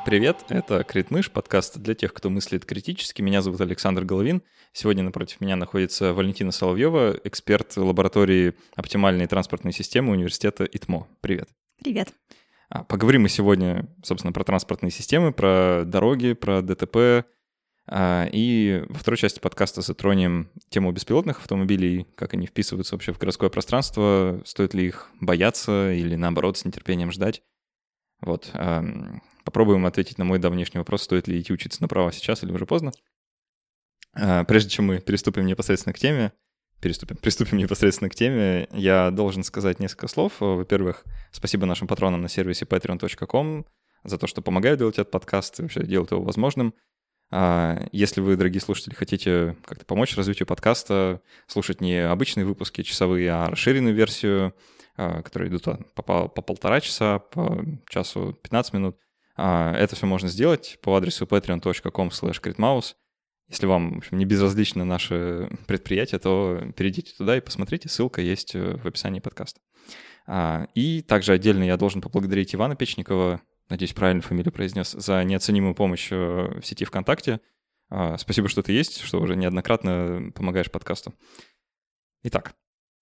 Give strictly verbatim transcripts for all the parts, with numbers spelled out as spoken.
Привет, это Критмыш, подкаст для тех, кто мыслит критически. Меня зовут Александр Головин. Сегодня напротив меня находится Валентина Соловьева, эксперт лаборатории оптимальной транспортной системы университета ИТМО. Привет. Привет. Поговорим мы сегодня, собственно, про транспортные системы, про дороги, про ДТП. И во второй части подкаста затронем тему беспилотных автомобилей, как они вписываются вообще в городское пространство, стоит ли их бояться или, наоборот, с нетерпением ждать. Вот. Попробуем ответить на мой давнишний вопрос, стоит ли идти учиться на права сейчас или уже поздно. Прежде чем мы переступим непосредственно к теме, переступим, приступим непосредственно к теме, я должен сказать несколько слов. Во-первых, спасибо нашим патронам на сервисе патреон точка ком за то, что помогают делать этот подкаст и вообще делают его возможным. Если вы, дорогие слушатели, хотите как-то помочь развитию подкаста, слушать не обычные выпуски часовые, а расширенную версию, которые идут по, по полтора часа, по часу пятнадцать минут, это все можно сделать по адресу патреон точка ком слэш критмаус. Если вам, в общем, не безразлично наше предприятие, то перейдите туда и посмотрите, ссылка есть в описании подкаста. И также отдельно я должен поблагодарить Ивана Печникова, надеюсь, правильно фамилию произнес, за неоценимую помощь в сети ВКонтакте. Спасибо, что ты есть, что уже неоднократно помогаешь подкасту. Итак,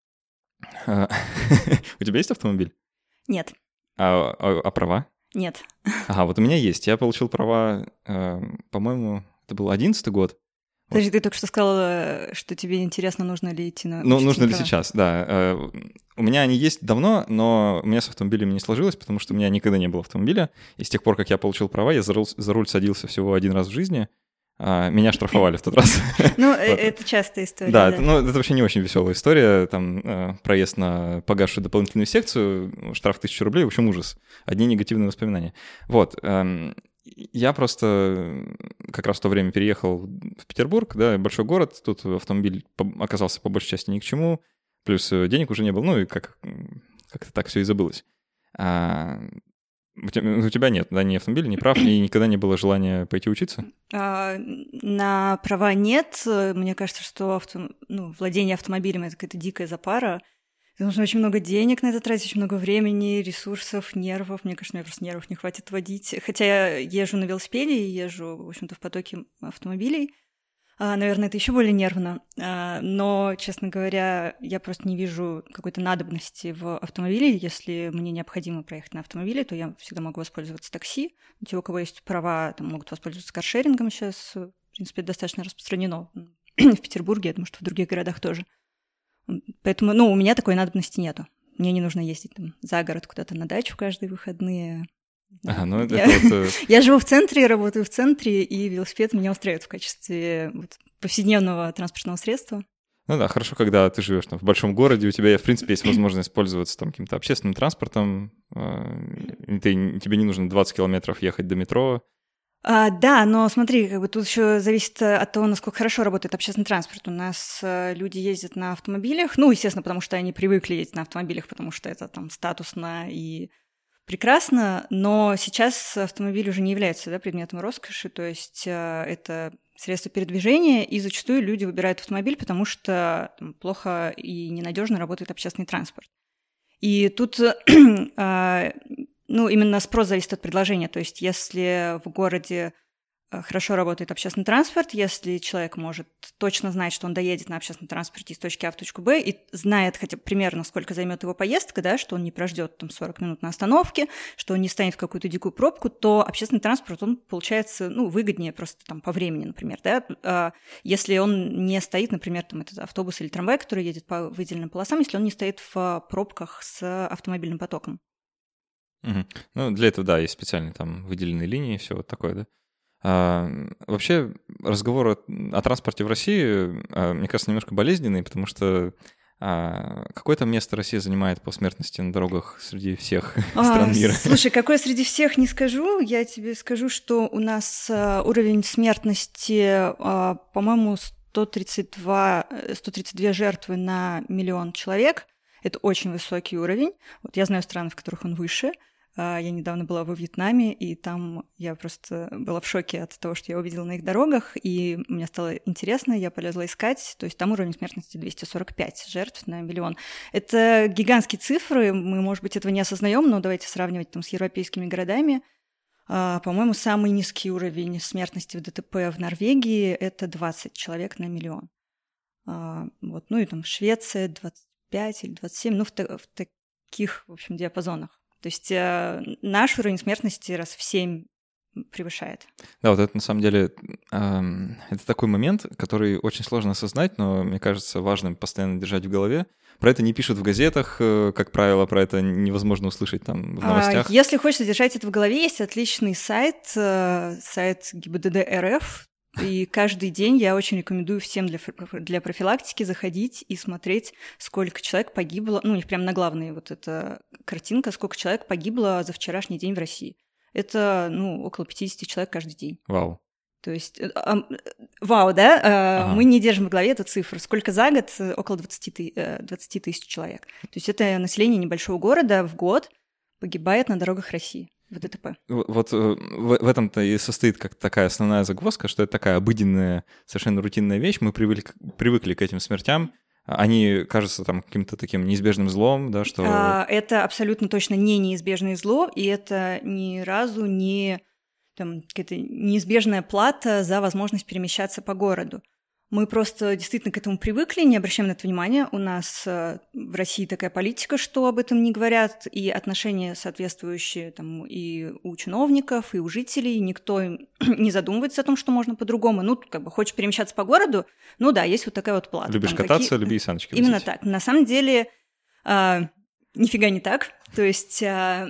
у тебя есть автомобиль? Нет. А, а, а права? Нет. Ага, вот у меня есть. Я получил права, по-моему, это был одиннадцатый год. Подожди, вот. Ты только что сказала, что тебе интересно, нужно ли идти на... Ну, нужно на ли права. сейчас, да. У меня они есть давно, но у меня с автомобилями не сложилось, потому что у меня никогда не было автомобиля. И с тех пор, как я получил права, я за руль, за руль садился всего один раз в жизни. Меня штрафовали в тот раз. Ну, это частая история. Да, ну это вообще не очень веселая история. Там проезд на погасшую дополнительную секцию, штраф тысячу рублей, в общем, ужас. Одни негативные воспоминания. Вот. Я просто как раз в то время переехал в Петербург, да, большой город, тут автомобиль оказался по большей части ни к чему, плюс денег уже не было, ну и как, как-то так все и забылось. А, у, тебя, у тебя нет, да, ни автомобиля, ни прав, и никогда не было желания пойти учиться? А, на права нет. Мне кажется, что авто, ну, владение автомобилем — это какая-то дикая запара. Нужно очень много денег на это тратить, очень много времени, ресурсов, нервов. Мне кажется, мне просто нервов не хватит водить. Хотя я езжу на велосипеде и езжу, в общем-то, в потоке автомобилей. А, наверное, это еще более нервно. А, но, честно говоря, я просто не вижу какой-то надобности в автомобиле. Если мне необходимо проехать на автомобиле, то я всегда могу воспользоваться такси. Те, у кого есть права, там, могут воспользоваться каршерингом сейчас. В принципе, это достаточно распространено в Петербурге, я думаю, что в других городах тоже. Поэтому, ну, у меня такой надобности нету. Мне не нужно ездить там за город куда-то на дачу каждые выходные. Ага, ну, это я, вот... я живу в центре, работаю в центре, и велосипед меня устраивает в качестве вот, повседневного транспортного средства. Ну да, хорошо, когда ты живешь там в большом городе, у тебя, в принципе, есть возможность пользоваться там каким-то общественным транспортом, и ты, тебе не нужно двадцать километров ехать до метро. А, да, но смотри, как бы тут еще зависит от того, насколько хорошо работает общественный транспорт. У нас э, люди ездят на автомобилях, ну, естественно, потому что они привыкли ездить на автомобилях, потому что это там статусно и прекрасно, но сейчас автомобиль уже не является, да, предметом роскоши, то есть э, это средство передвижения, и зачастую люди выбирают автомобиль, потому что там, плохо и ненадежно работает общественный транспорт. И тут... Э, Ну, именно спрос зависит от предложения. То есть если в городе хорошо работает общественный транспорт, если человек может точно знать, что он доедет на общественном транспорте из точки А в точку Б и знает хотя бы примерно, сколько займет его поездка, да, что он не прождет там сорок минут на остановке, что он не станет в какую-то дикую пробку, то общественный транспорт, он получается, ну, выгоднее просто там по времени, например, да. Если он не стоит, например, там этот автобус или трамвай, который едет по выделенным полосам, если он не стоит в пробках с автомобильным потоком. Угу. Ну, для этого, да, есть специальные там выделенные линии, все вот такое, да. А, вообще, разговор о, о транспорте в России, а, мне кажется, немножко болезненный, потому что а, какое-то место Россия занимает по смертности на дорогах среди всех а, стран мира. Слушай, какое среди всех не скажу, я тебе скажу, что у нас а, уровень смертности, а, по-моему, сто тридцать два, сто тридцать две жертвы на миллион человек. Это очень высокий уровень. Вот я знаю страны, в которых он выше. Я недавно была во Вьетнаме, и там я просто была в шоке от того, что я увидела на их дорогах, и мне стало интересно, я полезла искать. То есть там уровень смертности двести сорок пять жертв на миллион. Это гигантские цифры, мы, может быть, этого не осознаем, но давайте сравнивать там с европейскими городами. По-моему, самый низкий уровень смертности в ДТП в Норвегии — это двадцать человек на миллион. Вот. Ну и там Швеция двадцать пять или двадцать семь, ну в, та- в таких, в общем, диапазонах. То есть наш уровень смертности раз в семь превышает. Да, вот это на самом деле, эм, это такой момент, который очень сложно осознать, но мне кажется важным постоянно держать в голове. Про это не пишут в газетах, э, как правило, про это невозможно услышать там в новостях. А, если хочется держать это в голове, есть отличный сайт, э, сайт ГИБДД РФ, и каждый день я очень рекомендую всем для, для профилактики заходить и смотреть, сколько человек погибло, ну, у них прям на главной вот эта картинка, сколько человек погибло за вчерашний день в России. Это, ну, около пятьдесят человек каждый день. Вау. То есть, э, э, вау, да? Э, ага. Мы не держим в голове эту цифру. Сколько за год? Около двадцать тысяч человек. То есть это население небольшого города в год погибает на дорогах России в ДТП. Вот в, в этом-то и состоит как такая основная загвоздка, что это такая обыденная, совершенно рутинная вещь. Мы привыкли, привыкли к этим смертям. Они кажутся там каким-то таким неизбежным злом, да, что... А, это абсолютно точно не неизбежное зло, и это ни разу не там, какая-то неизбежная плата за возможность перемещаться по городу. Мы просто действительно к этому привыкли, не обращаем на это внимания. У нас в России такая политика, что об этом не говорят, и отношения соответствующие там, и у чиновников, и у жителей. Никто не задумывается о том, что можно по-другому. Ну, как бы, хочешь перемещаться по городу, ну да, есть вот такая вот плата. Любишь там кататься, какие... люби и саночки Именно возить. так. На самом деле, а, нифига не так. То есть, а,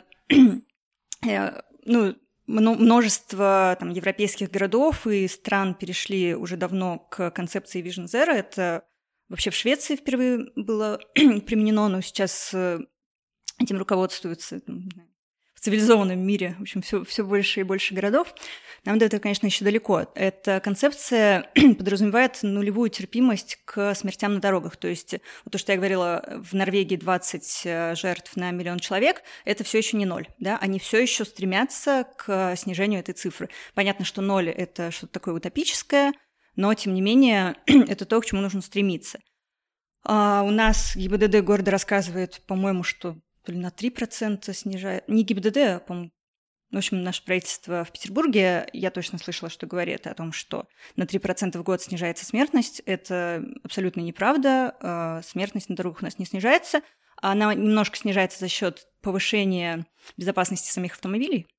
ну... Множество там, европейских городов и стран перешли уже давно к концепции Vision Zero. Это вообще в Швеции впервые было применено, но сейчас этим руководствуются в цивилизованном мире. В общем, все, все больше и больше городов. Нам до этого, конечно, еще далеко. Эта концепция подразумевает нулевую терпимость к смертям на дорогах. То есть вот то, что я говорила, в Норвегии двадцать жертв на миллион человек, это все еще не ноль. Да? Они все еще стремятся к снижению этой цифры. Понятно, что ноль — это что-то такое утопическое, но, тем не менее, это то, к чему нужно стремиться. А у нас ГИБДД города рассказывает, по-моему, что то ли на три процента снижает... Не ГИБДД, а, по-моему, в общем, наше правительство в Петербурге, я точно слышала, что говорит о том, что на три процента в год снижается смертность. Это абсолютно неправда. Смертность на дорогах у нас не снижается. Она немножко снижается за счет повышения безопасности самих автомобилей.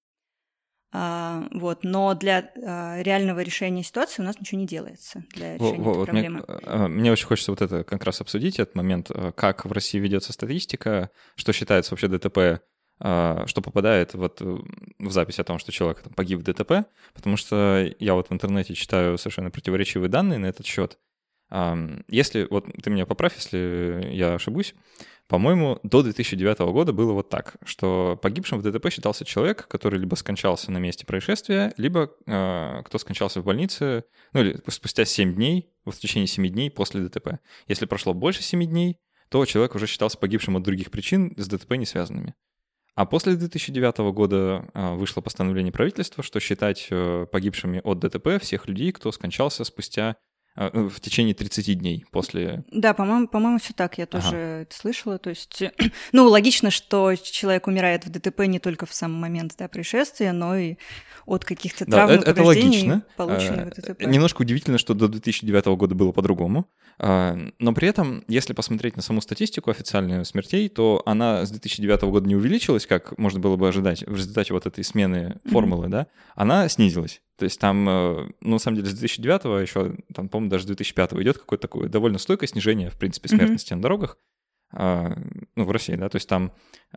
Вот. Но для реального решения ситуации у нас ничего не делается. Для решения вот, этой проблемы. Мне, мне очень хочется вот это как раз обсудить, этот момент, как в России ведется статистика, что считается вообще ДТП, что попадает вот в запись о том, что человек там, погиб в ДТП, потому что я вот в интернете читаю совершенно противоречивые данные на этот счет. Если, вот ты меня поправь, если я ошибусь, по-моему, до две тысячи девятого года было вот так, что погибшим в ДТП считался человек, который либо скончался на месте происшествия, либо э, кто скончался в больнице, ну или спустя семь дней, в течение семи дней после ДТП. Если прошло больше семи дней, то человек уже считался погибшим от других причин, с ДТП не связанными. А после две тысячи девятого года вышло постановление правительства, что считать погибшими от ДТП всех людей, кто скончался спустя в течение тридцати дней после... Да, по-моему, по-моему, все так, я тоже ага. это слышала. То есть, ну, логично, что человек умирает в ДТП не только в самый момент да, происшествия, но и от каких-то травм, да, это логично. Полученных в ДТП. Немножко удивительно, что до две тысячи девятого года было по-другому. Но при этом, если посмотреть на саму статистику официальную смертей, то она с две тысячи девятого года не увеличилась, как можно было бы ожидать в результате вот этой смены формулы, mm-hmm. да, она снизилась. То есть там, ну, на самом деле, с две тысячи девятого еще, там, по-моему, даже с две тысячи пятого идет какое-то такое довольно стойкое снижение, в принципе, смертности mm-hmm. на дорогах, ну, в России, да, то есть там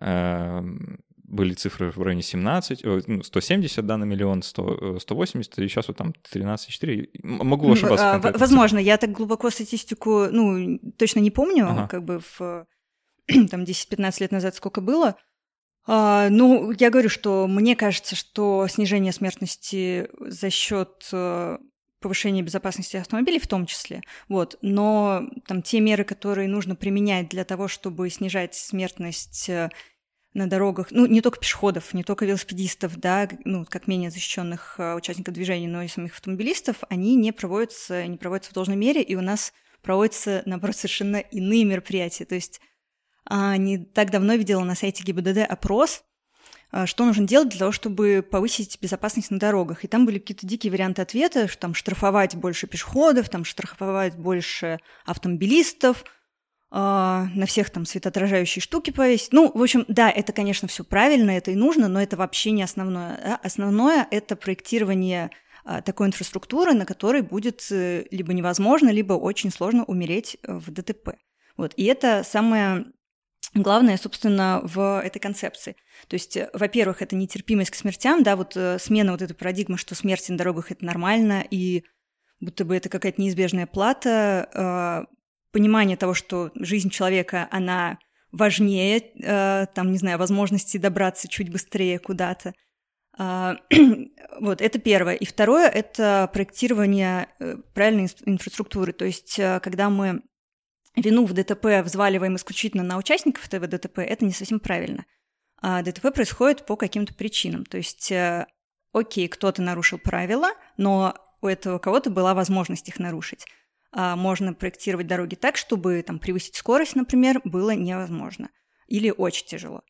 были цифры в районе семнадцать, сто семьдесят, да, на миллион, сто, сто восемьдесят, и сейчас вот там тринадцать целых четыре. Могу ошибаться. Возможно, я так глубоко статистику, ну, точно не помню, ага. как бы в там десять-пятнадцать лет назад сколько было. А, ну, я говорю, что мне кажется, что снижение смертности за счет повышения безопасности автомобилей в том числе, вот, но там те меры, которые нужно применять для того, чтобы снижать смертность на дорогах, ну, не только пешеходов, не только велосипедистов, да, ну, как менее защищенных участников движения, но и самих автомобилистов, они не проводятся, не проводятся в должной мере, и у нас проводятся, наоборот, совершенно иные мероприятия. То есть а, не так давно видела на сайте ГИБДД опрос, что нужно делать для того, чтобы повысить безопасность на дорогах. И там были какие-то дикие варианты ответа, что там штрафовать больше пешеходов, там штрафовать больше автомобилистов, на всех там светоотражающие штуки повесить. Ну, в общем, да, это, конечно, все правильно, это и нужно, но это вообще не основное. Да? Основное — это проектирование такой инфраструктуры, на которой будет либо невозможно, либо очень сложно умереть в ДТП. Вот. И это самое главное, собственно, в этой концепции. То есть, во-первых, это нетерпимость к смертям, да, вот смена вот этой парадигмы, что смерти на дорогах — это нормально, и будто бы это какая-то неизбежная плата, понимание того, что жизнь человека, она важнее, э, там, не знаю, возможности добраться чуть быстрее куда-то. Э, вот, это первое. И второе — это проектирование правильной инфраструктуры. То есть, э, когда мы вину в ДТП взваливаем исключительно на участников этого ДТП, это не совсем правильно. А ДТП происходит по каким-то причинам. То есть, э, окей, кто-то нарушил правила, но у этого кого-то была возможность их нарушить. Можно проектировать дороги так, чтобы там превысить скорость, например, было невозможно или очень тяжело.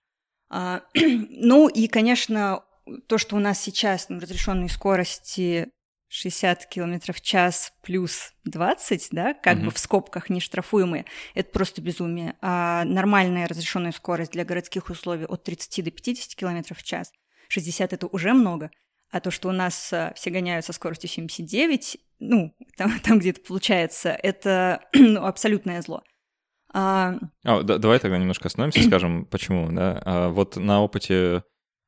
Ну и, конечно, то, что у нас сейчас там, разрешенные скорости шестьдесят километров в час плюс двадцать, да, как mm-hmm. бы в скобках не штрафуемые, это просто безумие. А нормальная разрешенная скорость для городских условий от тридцати до пятидесяти километров в час, шестьдесят — это уже много. А то, что у нас а, все гоняют со скоростью семьдесят девять, ну, там, там где-то получается, это ну, абсолютное зло. А... А, да, давай тогда немножко остановимся, скажем, почему. Да? А, вот на опыте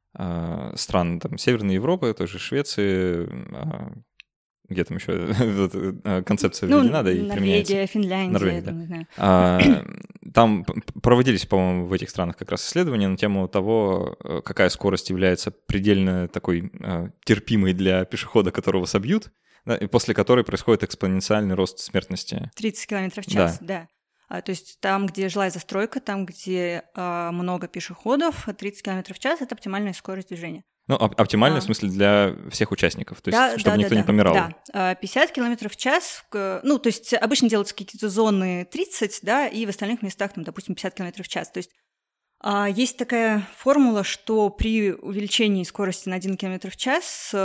а, стран там, Северной Европы, той же Швеции, а, где там еще концепция введена, ну, да, и Норвегия, применяется. Финляндия, Норвегия, да. не знаю. А, там проводились, по-моему, в этих странах как раз исследования на тему того, какая скорость является предельно такой а, терпимой для пешехода, которого собьют, да, и после которой происходит экспоненциальный рост смертности. тридцать километров в час, да. да. А, то есть там, где жилая застройка, там, где а, много пешеходов, тридцать километров в час — это оптимальная скорость движения. Ну, оптимально, а. в смысле, для всех участников, то есть, да, чтобы да, никто да, не помирал. Да, пятьдесят километров в час, ну, то есть обычно делаются какие-то зоны тридцать, да, и в остальных местах, там, допустим, пятьдесят километров в час. То есть есть такая формула, что при увеличении скорости на один километр в час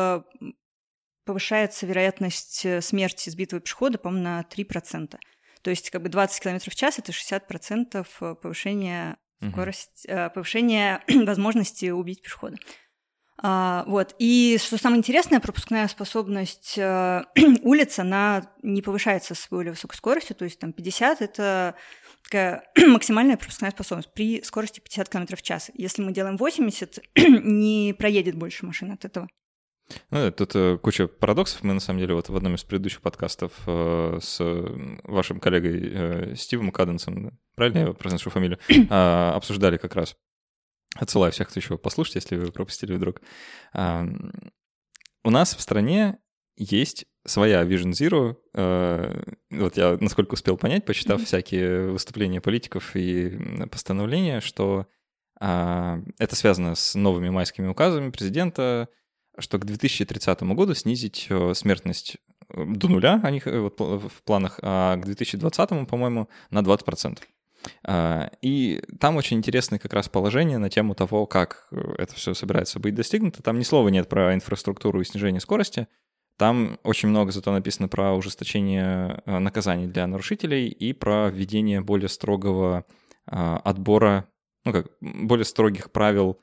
повышается вероятность смерти сбитого пешехода, по-моему, на три процента. То есть как бы двадцать километров в час — это шестьдесят процентов повышения скорости, угу. повышения возможности убить пешехода. А, вот. И что самое интересное, пропускная способность э, улиц, она не повышается с более высокой скоростью, то есть там пятьдесят — это такая максимальная пропускная способность при скорости пятьдесят километров в час. Если мы делаем восемьдесят, не проедет больше машин от этого. Ну, тут э, куча парадоксов. Мы, на самом деле, вот в одном из предыдущих подкастов э, с вашим коллегой э, Стивом Каденсом, правильно я произношу фамилию, э, обсуждали как раз. Отсылаю всех, кто еще послушать, если вы пропустили вдруг. А, у нас в стране есть своя Vision Zero. А, вот я, насколько успел понять, почитав mm-hmm. всякие выступления политиков и постановления, что а, это связано с новыми майскими указами президента, что к две тысячи тридцатому году снизить смертность до нуля, у них вот, в планах, а к две тысячи двадцатому, по-моему, на двадцать процентов. И там очень интересное как раз положение на тему того, как это все собирается быть достигнуто. Там ни слова нет про инфраструктуру и снижение скорости. Там очень много зато написано про ужесточение наказаний для нарушителей и про введение более строгого отбора, ну как, более строгих правил,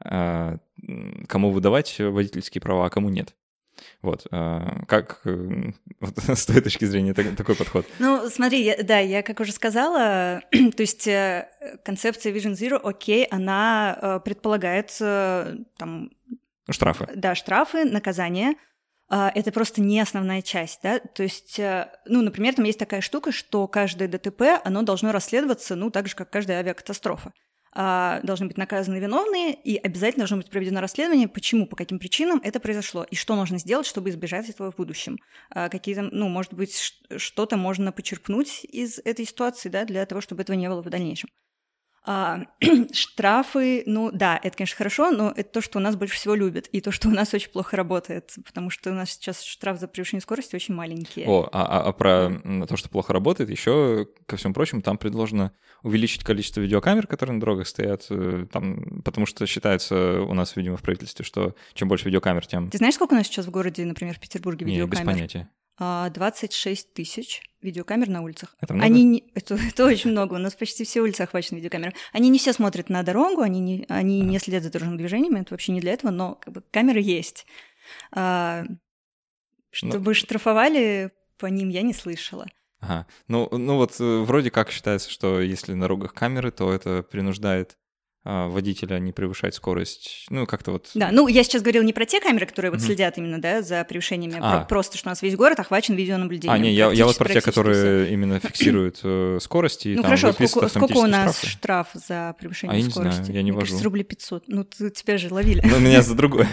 кому выдавать водительские права, а кому нет. Вот, как вот, с твоей точки зрения такой подход? Ну, смотри, я, да, я, как уже сказала, то есть концепция Vision Zero, окей, она предполагает там... Штрафы. Да, штрафы, наказания. Это просто не основная часть, да, то есть, ну, например, там есть такая штука, что каждое ДТП, оно должно расследоваться, ну, так же, как каждая авиакатастрофа. Должны быть наказаны виновные, и обязательно должно быть проведено расследование, почему, по каким причинам это произошло, и что нужно сделать, чтобы избежать этого в будущем. Какие-то, ну, может быть, что-то можно почерпнуть из этой ситуации, да, для того, чтобы этого не было в дальнейшем. А, штрафы, ну да, это, конечно, хорошо, но это то, что у нас больше всего любят, и то, что у нас очень плохо работает, потому что у нас сейчас штраф за превышение скорости очень маленький. О, а, а, а про mm. то, что плохо работает, еще, ко всему прочему, там предложено увеличить количество видеокамер, которые на дорогах стоят, там, потому что считается у нас, видимо, в правительстве, что чем больше видеокамер, тем... Ты знаешь, сколько у нас сейчас в городе, например, в Петербурге видеокамер? Не, без понятия. двадцать шесть тысяч видеокамер на улицах. Это много? Они не... это, это очень много. У нас почти все улицы охвачены видеокамерами. Они не все смотрят на дорогу, они не, они не следят за дорожным движением, это вообще не для этого, но как бы, камеры есть. А, чтобы но... штрафовали по ним, я не слышала. Ага. Ну, ну вот вроде как считается, что если на дорогах камеры, то это принуждает водителя не превышать скорость, ну, как-то вот... Да, ну, я сейчас говорила не про те камеры, которые вот mm-hmm. следят именно, да, за превышениями, а. про- просто, что у нас весь город охвачен видеонаблюдением. А, не, я, я вот про те, которые именно фиксируют э, скорости и ну, там хорошо, сколько, сколько у нас штрафы? Штраф за превышение а я скорости? Не знаю, я не Мне вожу. кажется, рублей пятьсот. Ну, тебя же ловили. Ну, меня за другое.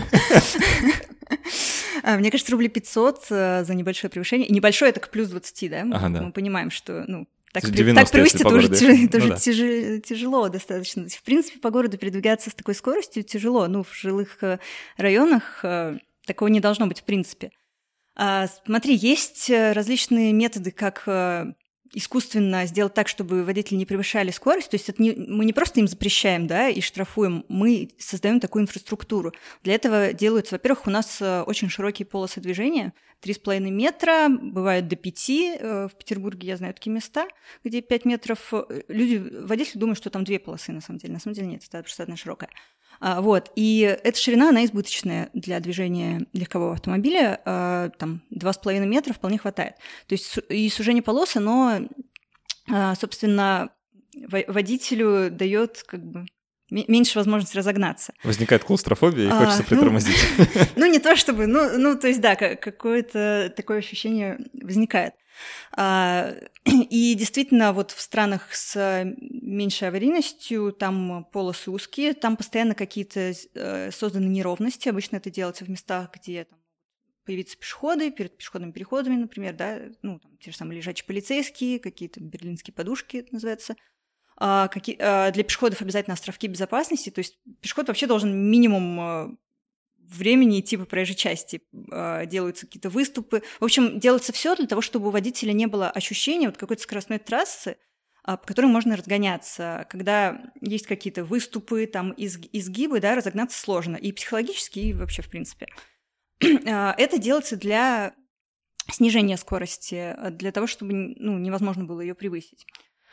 Мне кажется, рублей пятьсот за небольшое превышение. Небольшое — это к плюс двадцати, да? Мы, ага, да. мы понимаем, что, ну, так, девяносто, так привычно, это уже, тяж, это ну, уже да. тяж, тяжело достаточно. В принципе, по городу передвигаться с такой скоростью тяжело. Ну, в жилых районах такого не должно быть в принципе. А, смотри, есть различные методы, как искусственно сделать так, чтобы водители не превышали скорость. То есть это не, мы не просто им запрещаем, да, и штрафуем, мы создаем такую инфраструктуру. Для этого делаются, во-первых, у нас очень широкие полосы движения, три с половиной метра, бывают до пяти. В Петербурге я знаю такие места, где пять метров. Люди, водители думают, что там две полосы, на самом деле. На самом деле нет, это просто одна широкая. А, вот, и эта ширина, она избыточная для движения легкового автомобиля, а, там два с половиной метра вполне хватает. То есть и сужение полос, оно, а, собственно, водителю дает как бы меньше возможности разогнаться. Возникает клаустрофобия, и хочется а, притормозить. Ну, ну, не то чтобы, ну, ну, то есть, да, какое-то такое ощущение возникает. А, и действительно, вот в странах с меньшей аварийностью, там полосы узкие, там постоянно какие-то созданы неровности. Обычно это делается в местах, где там появятся пешеходы, перед пешеходными переходами, например, да, ну, там, те же самые лежачие полицейские, какие-то берлинские подушки, это называется. А, какие, а, для пешеходов обязательно островки безопасности, то есть пешеход вообще должен минимум времени идти по проезжей части, делаются какие-то выступы. В общем, делается все для того, чтобы у водителя не было ощущения вот какой-то скоростной трассы, по которой можно разгоняться. Когда есть какие-то выступы, там изгибы, да, разогнаться сложно. И психологически, и вообще, в принципе. Это делается для снижения скорости, для того, чтобы, ну, невозможно было ее превысить.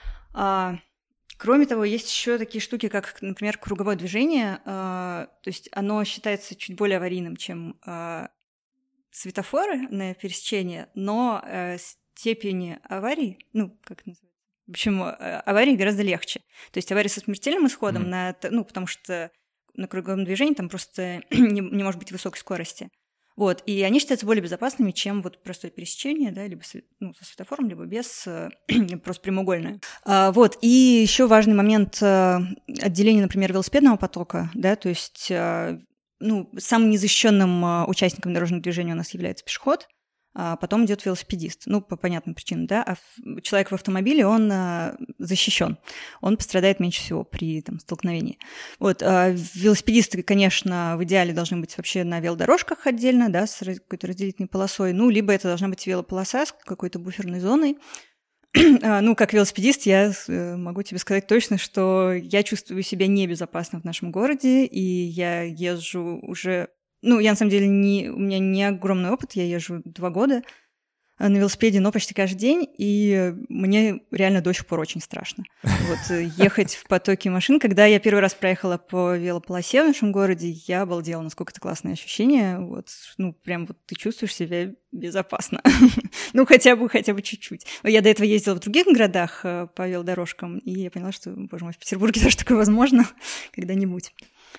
Кроме того, есть еще такие штуки, как, например, круговое движение. Э, то есть оно считается чуть более аварийным, чем э, светофоры на пересечении, но э, степень аварий, ну, как это называется? В общем, э, аварии гораздо легче. То есть аварии со смертельным исходом, mm-hmm. на, ну, потому что на круговом движении там просто не, не может быть высокой скорости. Вот, и они считаются более безопасными, чем вот простое пересечение, да, либо ну, со светофором, либо без, просто прямоугольное. А, вот, и еще важный момент отделения, например, велосипедного потока, да, то есть, ну, самым незащищенным участником дорожного движения у нас является пешеход, а потом идет велосипедист, ну, по понятным причинам, да, а человек в автомобиле, он а, защищен, он пострадает меньше всего при там, столкновении. Вот, а велосипедисты, конечно, в идеале должны быть вообще на велодорожках отдельно, да, с какой-то разделительной полосой, ну, либо это должна быть велополоса с какой-то буферной зоной. Ну, как велосипедист, я могу тебе сказать точно, что я чувствую себя небезопасно в нашем городе, и я езжу уже... Ну, я, на самом деле, не, у меня не огромный опыт, я езжу два года на велосипеде, но почти каждый день, и мне реально до сих пор очень страшно. Вот ехать в потоке машин. Когда я первый раз проехала по велополосе в нашем городе, я обалдела, насколько это классное ощущение. Вот, ну, прям вот ты чувствуешь себя безопасно. Ну, хотя бы, хотя бы чуть-чуть. Я до этого ездила в других городах по велодорожкам, и я поняла, что, боже мой, в Петербурге тоже такое возможно когда-нибудь.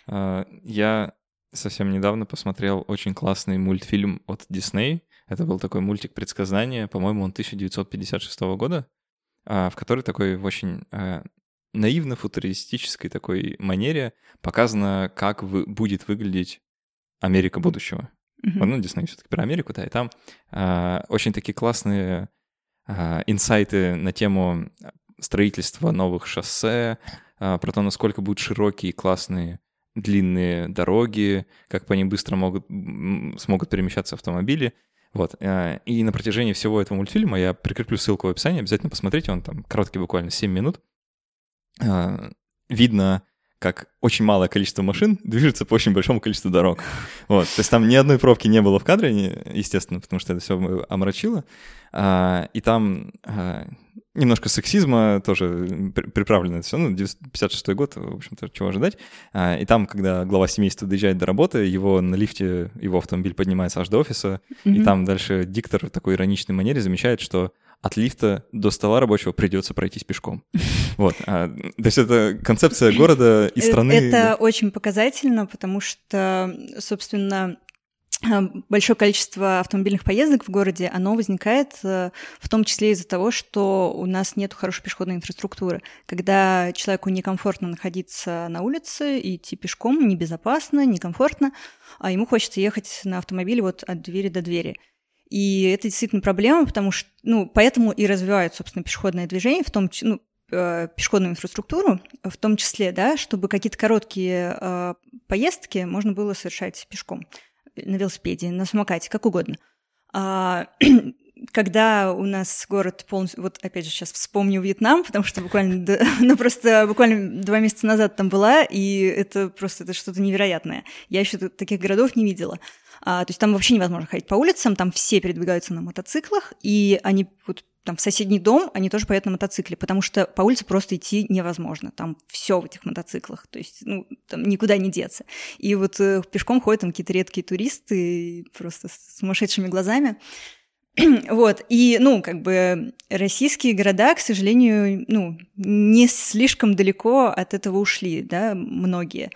Я... совсем недавно посмотрел очень классный мультфильм от Disney. Это был такой мультик «Предсказание», по-моему, он тысяча девятьсот пятьдесят шестого года, в который такой в очень наивно-футуристической такой манере показано, как вы, будет выглядеть Америка будущего. Mm-hmm. Ну, Disney все-таки про Америку, да, и там очень такие классные инсайты на тему строительства новых шоссе, про то, насколько будут широкие, классные, длинные дороги, как по ним быстро могут, смогут перемещаться автомобили. Вот. И на протяжении всего этого мультфильма, я прикреплю ссылку в описании, обязательно посмотрите, он там короткий, буквально семь минут, видно, как очень малое количество машин движется по очень большому количеству дорог. Вот. То есть там ни одной пробки не было в кадре, естественно, потому что это все омрачило. И там немножко сексизма тоже приправлено это все. Ну, пятьдесят шестой год, в общем-то, чего ожидать. И там, когда глава семейства доезжает до работы, его на лифте, его автомобиль поднимается аж до офиса, mm-hmm. и там дальше диктор в такой ироничной манере замечает, что от лифта до стола рабочего придется пройтись пешком. Вот. А, то есть это концепция города и страны. Это да. Очень показательно, потому что, собственно, большое количество автомобильных поездок в городе, оно возникает в том числе из-за того, что у нас нет хорошей пешеходной инфраструктуры. Когда человеку некомфортно находиться на улице, идти пешком небезопасно, некомфортно, а ему хочется ехать на автомобиле вот от двери до двери. И это действительно проблема, потому что, ну, поэтому и развивают, собственно, пешеходное движение, в том числе, ну, э, пешеходную инфраструктуру, в том числе, да, чтобы какие-то короткие э, поездки можно было совершать пешком, на велосипеде, на самокате, как угодно. А, когда у нас город полностью, вот опять же сейчас вспомню Вьетнам, потому что буквально, ну просто буквально два месяца назад там была, и это просто это что-то невероятное. Я еще таких городов не видела. А, то есть там вообще невозможно ходить по улицам, там все передвигаются на мотоциклах, и они вот там в соседний дом, они тоже поедут на мотоцикле, потому что по улице просто идти невозможно, там все в этих мотоциклах, то есть, ну, там никуда не деться. И вот э, пешком ходят там какие-то редкие туристы, просто с сумасшедшими глазами. Вот, и, ну, как бы российские города, к сожалению, ну, не слишком далеко от этого ушли, да, многие.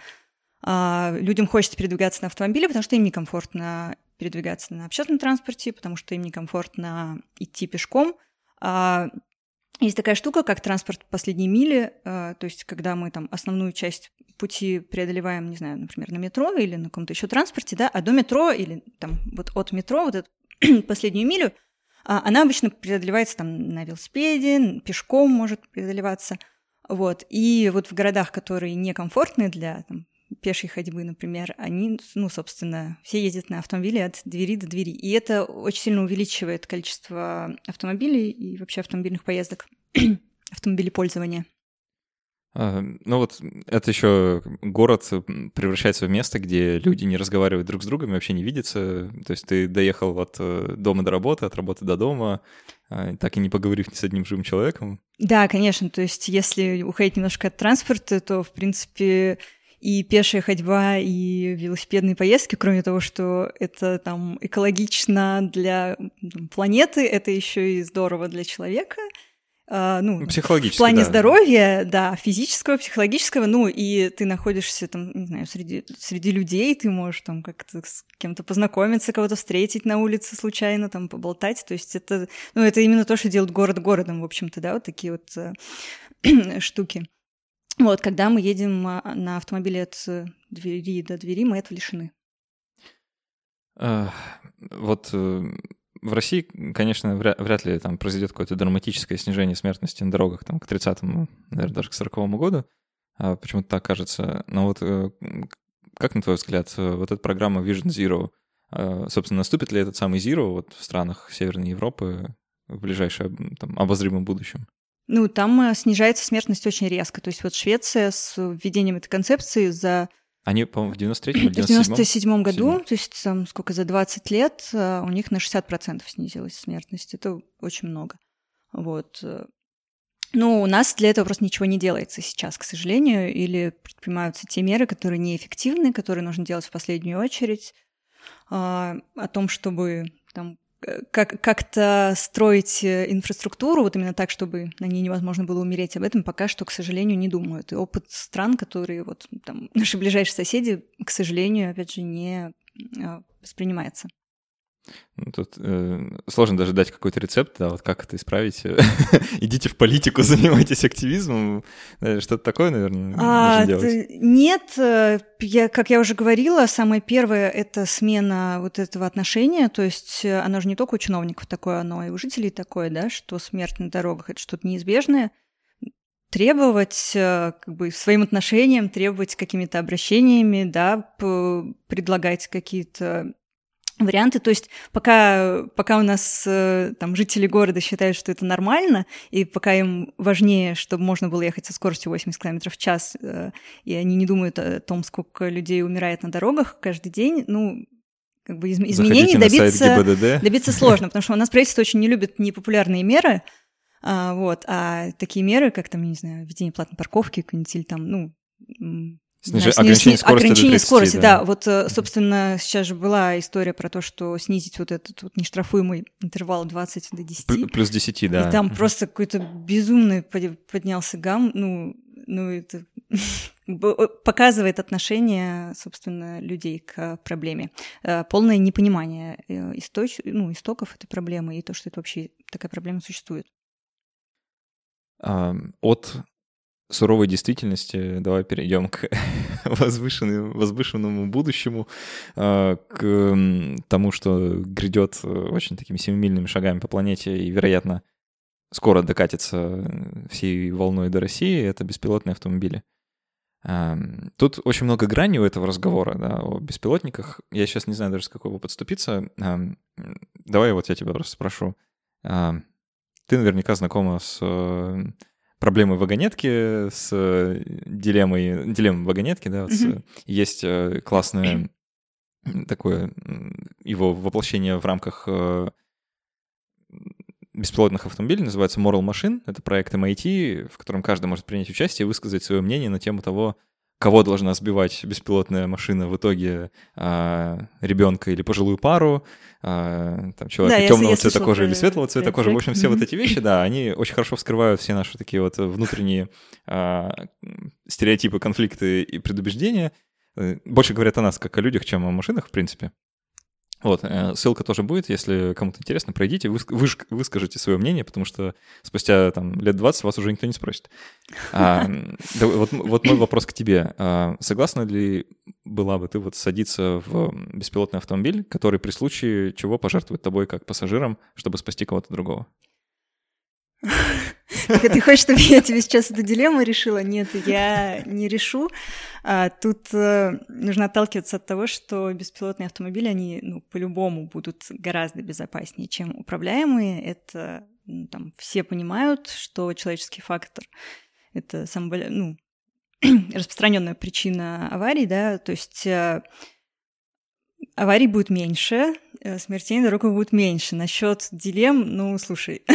А, людям хочется передвигаться на автомобиле, потому что им некомфортно передвигаться на общественном транспорте, потому что им некомфортно идти пешком. А, есть такая штука, как транспорт последней мили, а, то есть когда мы там основную часть пути преодолеваем, не знаю, например, на метро или на каком-то еще транспорте, да, а до метро или там вот от метро, вот эту последнюю милю, а, она обычно преодолевается там на велосипеде, пешком может преодолеваться. Вот. И вот в городах, которые некомфортны для там, пешей ходьбы, например, они, ну, собственно, все ездят на автомобиле от двери до двери. И это очень сильно увеличивает количество автомобилей и вообще автомобильных поездок, автомобилепользования. А, ну вот это еще город превращается в место, где люди не разговаривают друг с другом и вообще не видятся. То есть ты доехал от дома до работы, от работы до дома, так и не поговорив ни с одним живым человеком. Да, конечно. То есть если уходить немножко от транспорта, то, в принципе, и пешая ходьба, и велосипедные поездки, кроме того, что это там экологично для там, планеты, это еще и здорово для человека. А, ну, в плане да. здоровья, да, физического, психологического, ну, и ты находишься там, не знаю, среди, среди людей, ты можешь там как-то с кем-то познакомиться, кого-то встретить на улице случайно, там, поболтать, то есть это, ну, это именно то, что делает город городом, в общем-то, да, вот такие вот э, штуки. Вот, когда мы едем на автомобиле от двери до двери, мы этого лишены. А, вот в России, конечно, вряд, вряд ли там произойдет какое-то драматическое снижение смертности на дорогах там, к тридцатому, наверное, даже к сороковому году. А почему-то так кажется. Но вот как, на твой взгляд, вот эта программа Vision Zero, собственно, наступит ли этот самый Zero вот в странах Северной Европы в ближайшем там, обозримом будущем? Ну, там снижается смертность очень резко. То есть вот Швеция с введением этой концепции за... Они, по-моему, в девяносто третьем или девяносто седьмом? В девяносто седьмом году, Седьмом. То есть там сколько, за двадцать лет у них на шестьдесят процентов снизилась смертность. Это очень много. Вот. Ну, у нас для этого просто ничего не делается сейчас, к сожалению, или предпринимаются те меры, которые неэффективны, которые нужно делать в последнюю очередь, о том, чтобы там Как- как-то строить инфраструктуру, вот именно так, чтобы на ней невозможно было умереть, об этом пока что, к сожалению, не думают. И опыт стран, которые вот там наши ближайшие соседи, к сожалению, опять же, не воспринимается. Ну, тут э, сложно даже дать какой-то рецепт, да, вот как это исправить. Идите в политику, занимайтесь активизмом. Что-то такое, наверное, а, нужно делать. Нет, я, как я уже говорила, самое первое — это смена вот этого отношения. То есть оно же не только у чиновников такое, оно и у жителей такое, да, что смерть на дорогах — это что-то неизбежное. требовать как бы своим отношениям, требовать какими-то обращениями, да, предлагать какие-то варианты. То есть пока, пока у нас там жители города считают, что это нормально, и пока им важнее, чтобы можно было ехать со скоростью восемьдесят километров в час, и они не думают о том, сколько людей умирает на дорогах каждый день, ну, как бы изм- изменений добиться, добиться сложно, потому что у нас правительство очень не любит непопулярные меры, а, вот, а такие меры, как там, я не знаю, введение платной парковки, или там, ну, Сниж... да, ограничение скорости, ограничение тридцати, скорости, да. да. Вот, собственно, сейчас же была история про то, что снизить вот этот вот нештрафуемый интервал двадцать до десяти. Плюс десять, да. И там mm-hmm. просто какой-то безумный поднялся гам, ну, ну это показывает отношение, собственно, людей к проблеме. Полное непонимание источ... ну, истоков этой проблемы и то, что это вообще такая проблема существует. От суровой действительности давай перейдем к возвышенному, возвышенному будущему, к тому, что грядет очень такими семимильными шагами по планете и, вероятно, скоро докатится всей волной до России, это беспилотные автомобили. Тут очень много граней у этого разговора, да, о беспилотниках. Я сейчас не знаю даже, с какого подступиться. Давай вот я тебя просто спрошу. Ты наверняка знакома с проблемой вагонетки, с дилеммой, дилеммой вагонетки, да, вот mm-hmm. с, есть классное такое его воплощение в рамках беспилотных автомобилей, называется Moral Machine, это проект эм ай ти, в котором каждый может принять участие и высказать свое мнение на тему того, кого должна сбивать беспилотная машина в итоге, а, ребенка или пожилую пару, а, там, человека да, темного цвета кожи про... или светлого цвета кожи. В общем, все mm-hmm. вот эти вещи, да, они очень хорошо вскрывают все наши такие вот внутренние а, стереотипы, конфликты и предубеждения. Больше говорят о нас, как о людях, чем о машинах, в принципе. Вот, ссылка тоже будет, если кому-то интересно, пройдите, вы, вы, выскажите свое мнение, потому что спустя там, лет двадцать вас уже никто не спросит. А, да, вот, вот мой вопрос к тебе. А, согласна ли была бы ты вот садиться в беспилотный автомобиль, который при случае чего пожертвует тобой как пассажиром, чтобы спасти кого-то другого? Ты хочешь, чтобы я тебе сейчас эту дилемму решила? Нет, я не решу. А, тут э, нужно отталкиваться от того, что беспилотные автомобили, они ну, по-любому будут гораздо безопаснее, чем управляемые. Это ну, там, все понимают, что человеческий фактор — это самая ну, распространенная причина аварий, да, то есть э, аварий будет меньше, э, смертей на дорогах будет меньше. Насчет дилемм, ну, слушай...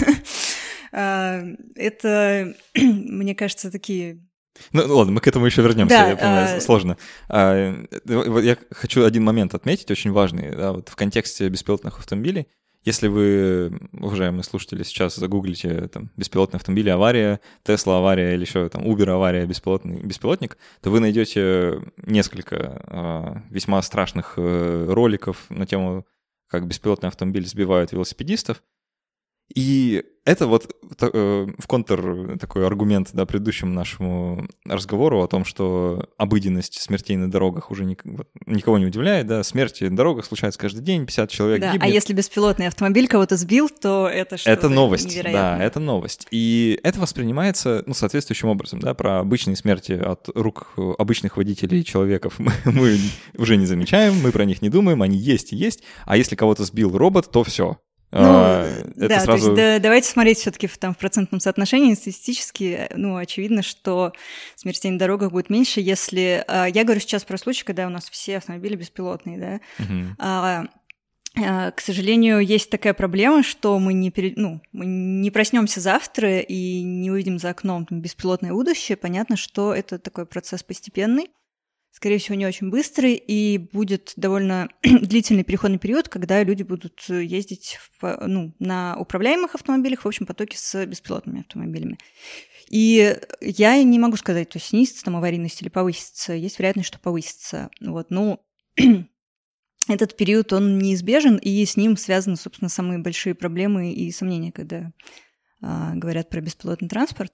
Это, мне кажется, такие... Ну ладно, мы к этому еще вернемся, да, я понимаю, а... сложно. Я хочу один момент отметить, очень важный, да, вот в контексте беспилотных автомобилей. Если вы, уважаемые слушатели, сейчас загуглите там, беспилотные автомобили, авария, Тесла авария или еще там Uber авария, беспилотный, беспилотник, то вы найдете несколько весьма страшных роликов на тему, как беспилотный автомобиль сбивают велосипедистов. И это вот э, в контр такой аргумент, да, предыдущему нашему разговору о том, что обыденность смертей на дорогах уже ник- вот, никого не удивляет, да, смерти на дорогах случаются каждый день, пятьдесят человек да, гибнет. А если беспилотный автомобиль кого-то сбил, то это что-то Это новость, невероятное. Да, это новость. И это воспринимается, ну, соответствующим образом, да, про обычные смерти от рук обычных водителей и человеков мы, мы уже не замечаем, мы про них не думаем, они есть и есть, а если кого-то сбил робот, то все. Ну, это да, сразу... то есть да, давайте смотреть все-таки в, там, в процентном соотношении статистически, ну, очевидно, что смертей на дорогах будет меньше, если... Я говорю сейчас про случай, когда у нас все автомобили беспилотные, да, uh-huh. а, а, к сожалению, есть такая проблема, что мы не, пере... ну, мы не проснемся завтра и не увидим за окном там, беспилотное будущее, понятно, что это такой процесс постепенный, скорее всего, не очень быстрый, и будет довольно длительный переходный период, когда люди будут ездить в, ну, на управляемых автомобилях, в общем потоке с беспилотными автомобилями. И я не могу сказать, то есть снизится там аварийность или повысится, есть вероятность, что повысится. Вот, ну, этот период, он неизбежен, и с ним связаны, собственно, самые большие проблемы и сомнения, когда а, говорят про беспилотный транспорт.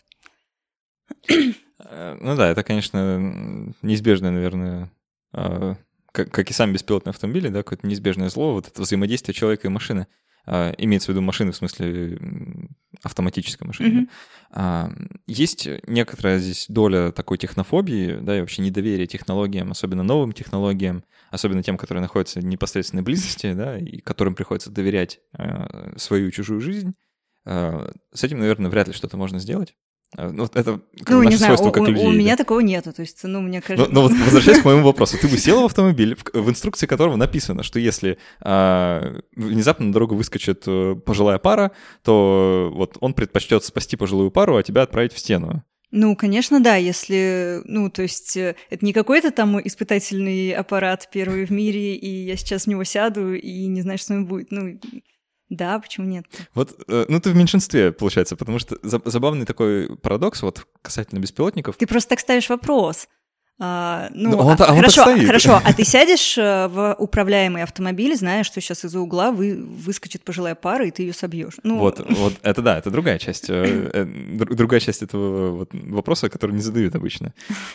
Ну да, это, конечно, неизбежное, наверное, как, как и сами беспилотные автомобили, да, какое-то неизбежное зло, вот это взаимодействие человека и машины. а, имеется в виду машины в смысле автоматической машины. Mm-hmm. А, есть некоторая здесь доля такой технофобии, да, и вообще недоверия технологиям, особенно новым технологиям, особенно тем, которые находятся в непосредственной близости, да, и которым приходится доверять а, свою и чужую жизнь. А, с этим, наверное, вряд ли что-то можно сделать. Ну, это как ну, наше не знаю, свойство у, как людей. У меня да? такого нету, то есть, ну, мне кажется... Но, но вот возвращаясь к моему вопросу, ты бы села в автомобиль, в, в инструкции которого написано, что если а, внезапно на дорогу выскочит пожилая пара, то вот он предпочтет спасти пожилую пару, а тебя отправить в стену. Ну, конечно, да, если, ну, то есть это не какой-то там испытательный аппарат первый в мире, и я сейчас в него сяду и не знаю, что с ним будет, ну... Да, почему нет? Вот, ну ты в меньшинстве, получается, потому что забавный такой парадокс вот касательно беспилотников. Ты просто так ставишь вопрос. А, ну, он, а, он хорошо, так стоит. Хорошо, а ты сядешь в управляемый автомобиль, зная, что сейчас из-за угла вы, выскочит пожилая пара, и ты ее собьешь. Ну... Вот, вот, это да, это другая часть, другая часть этого вот вопроса, который не задают обычно.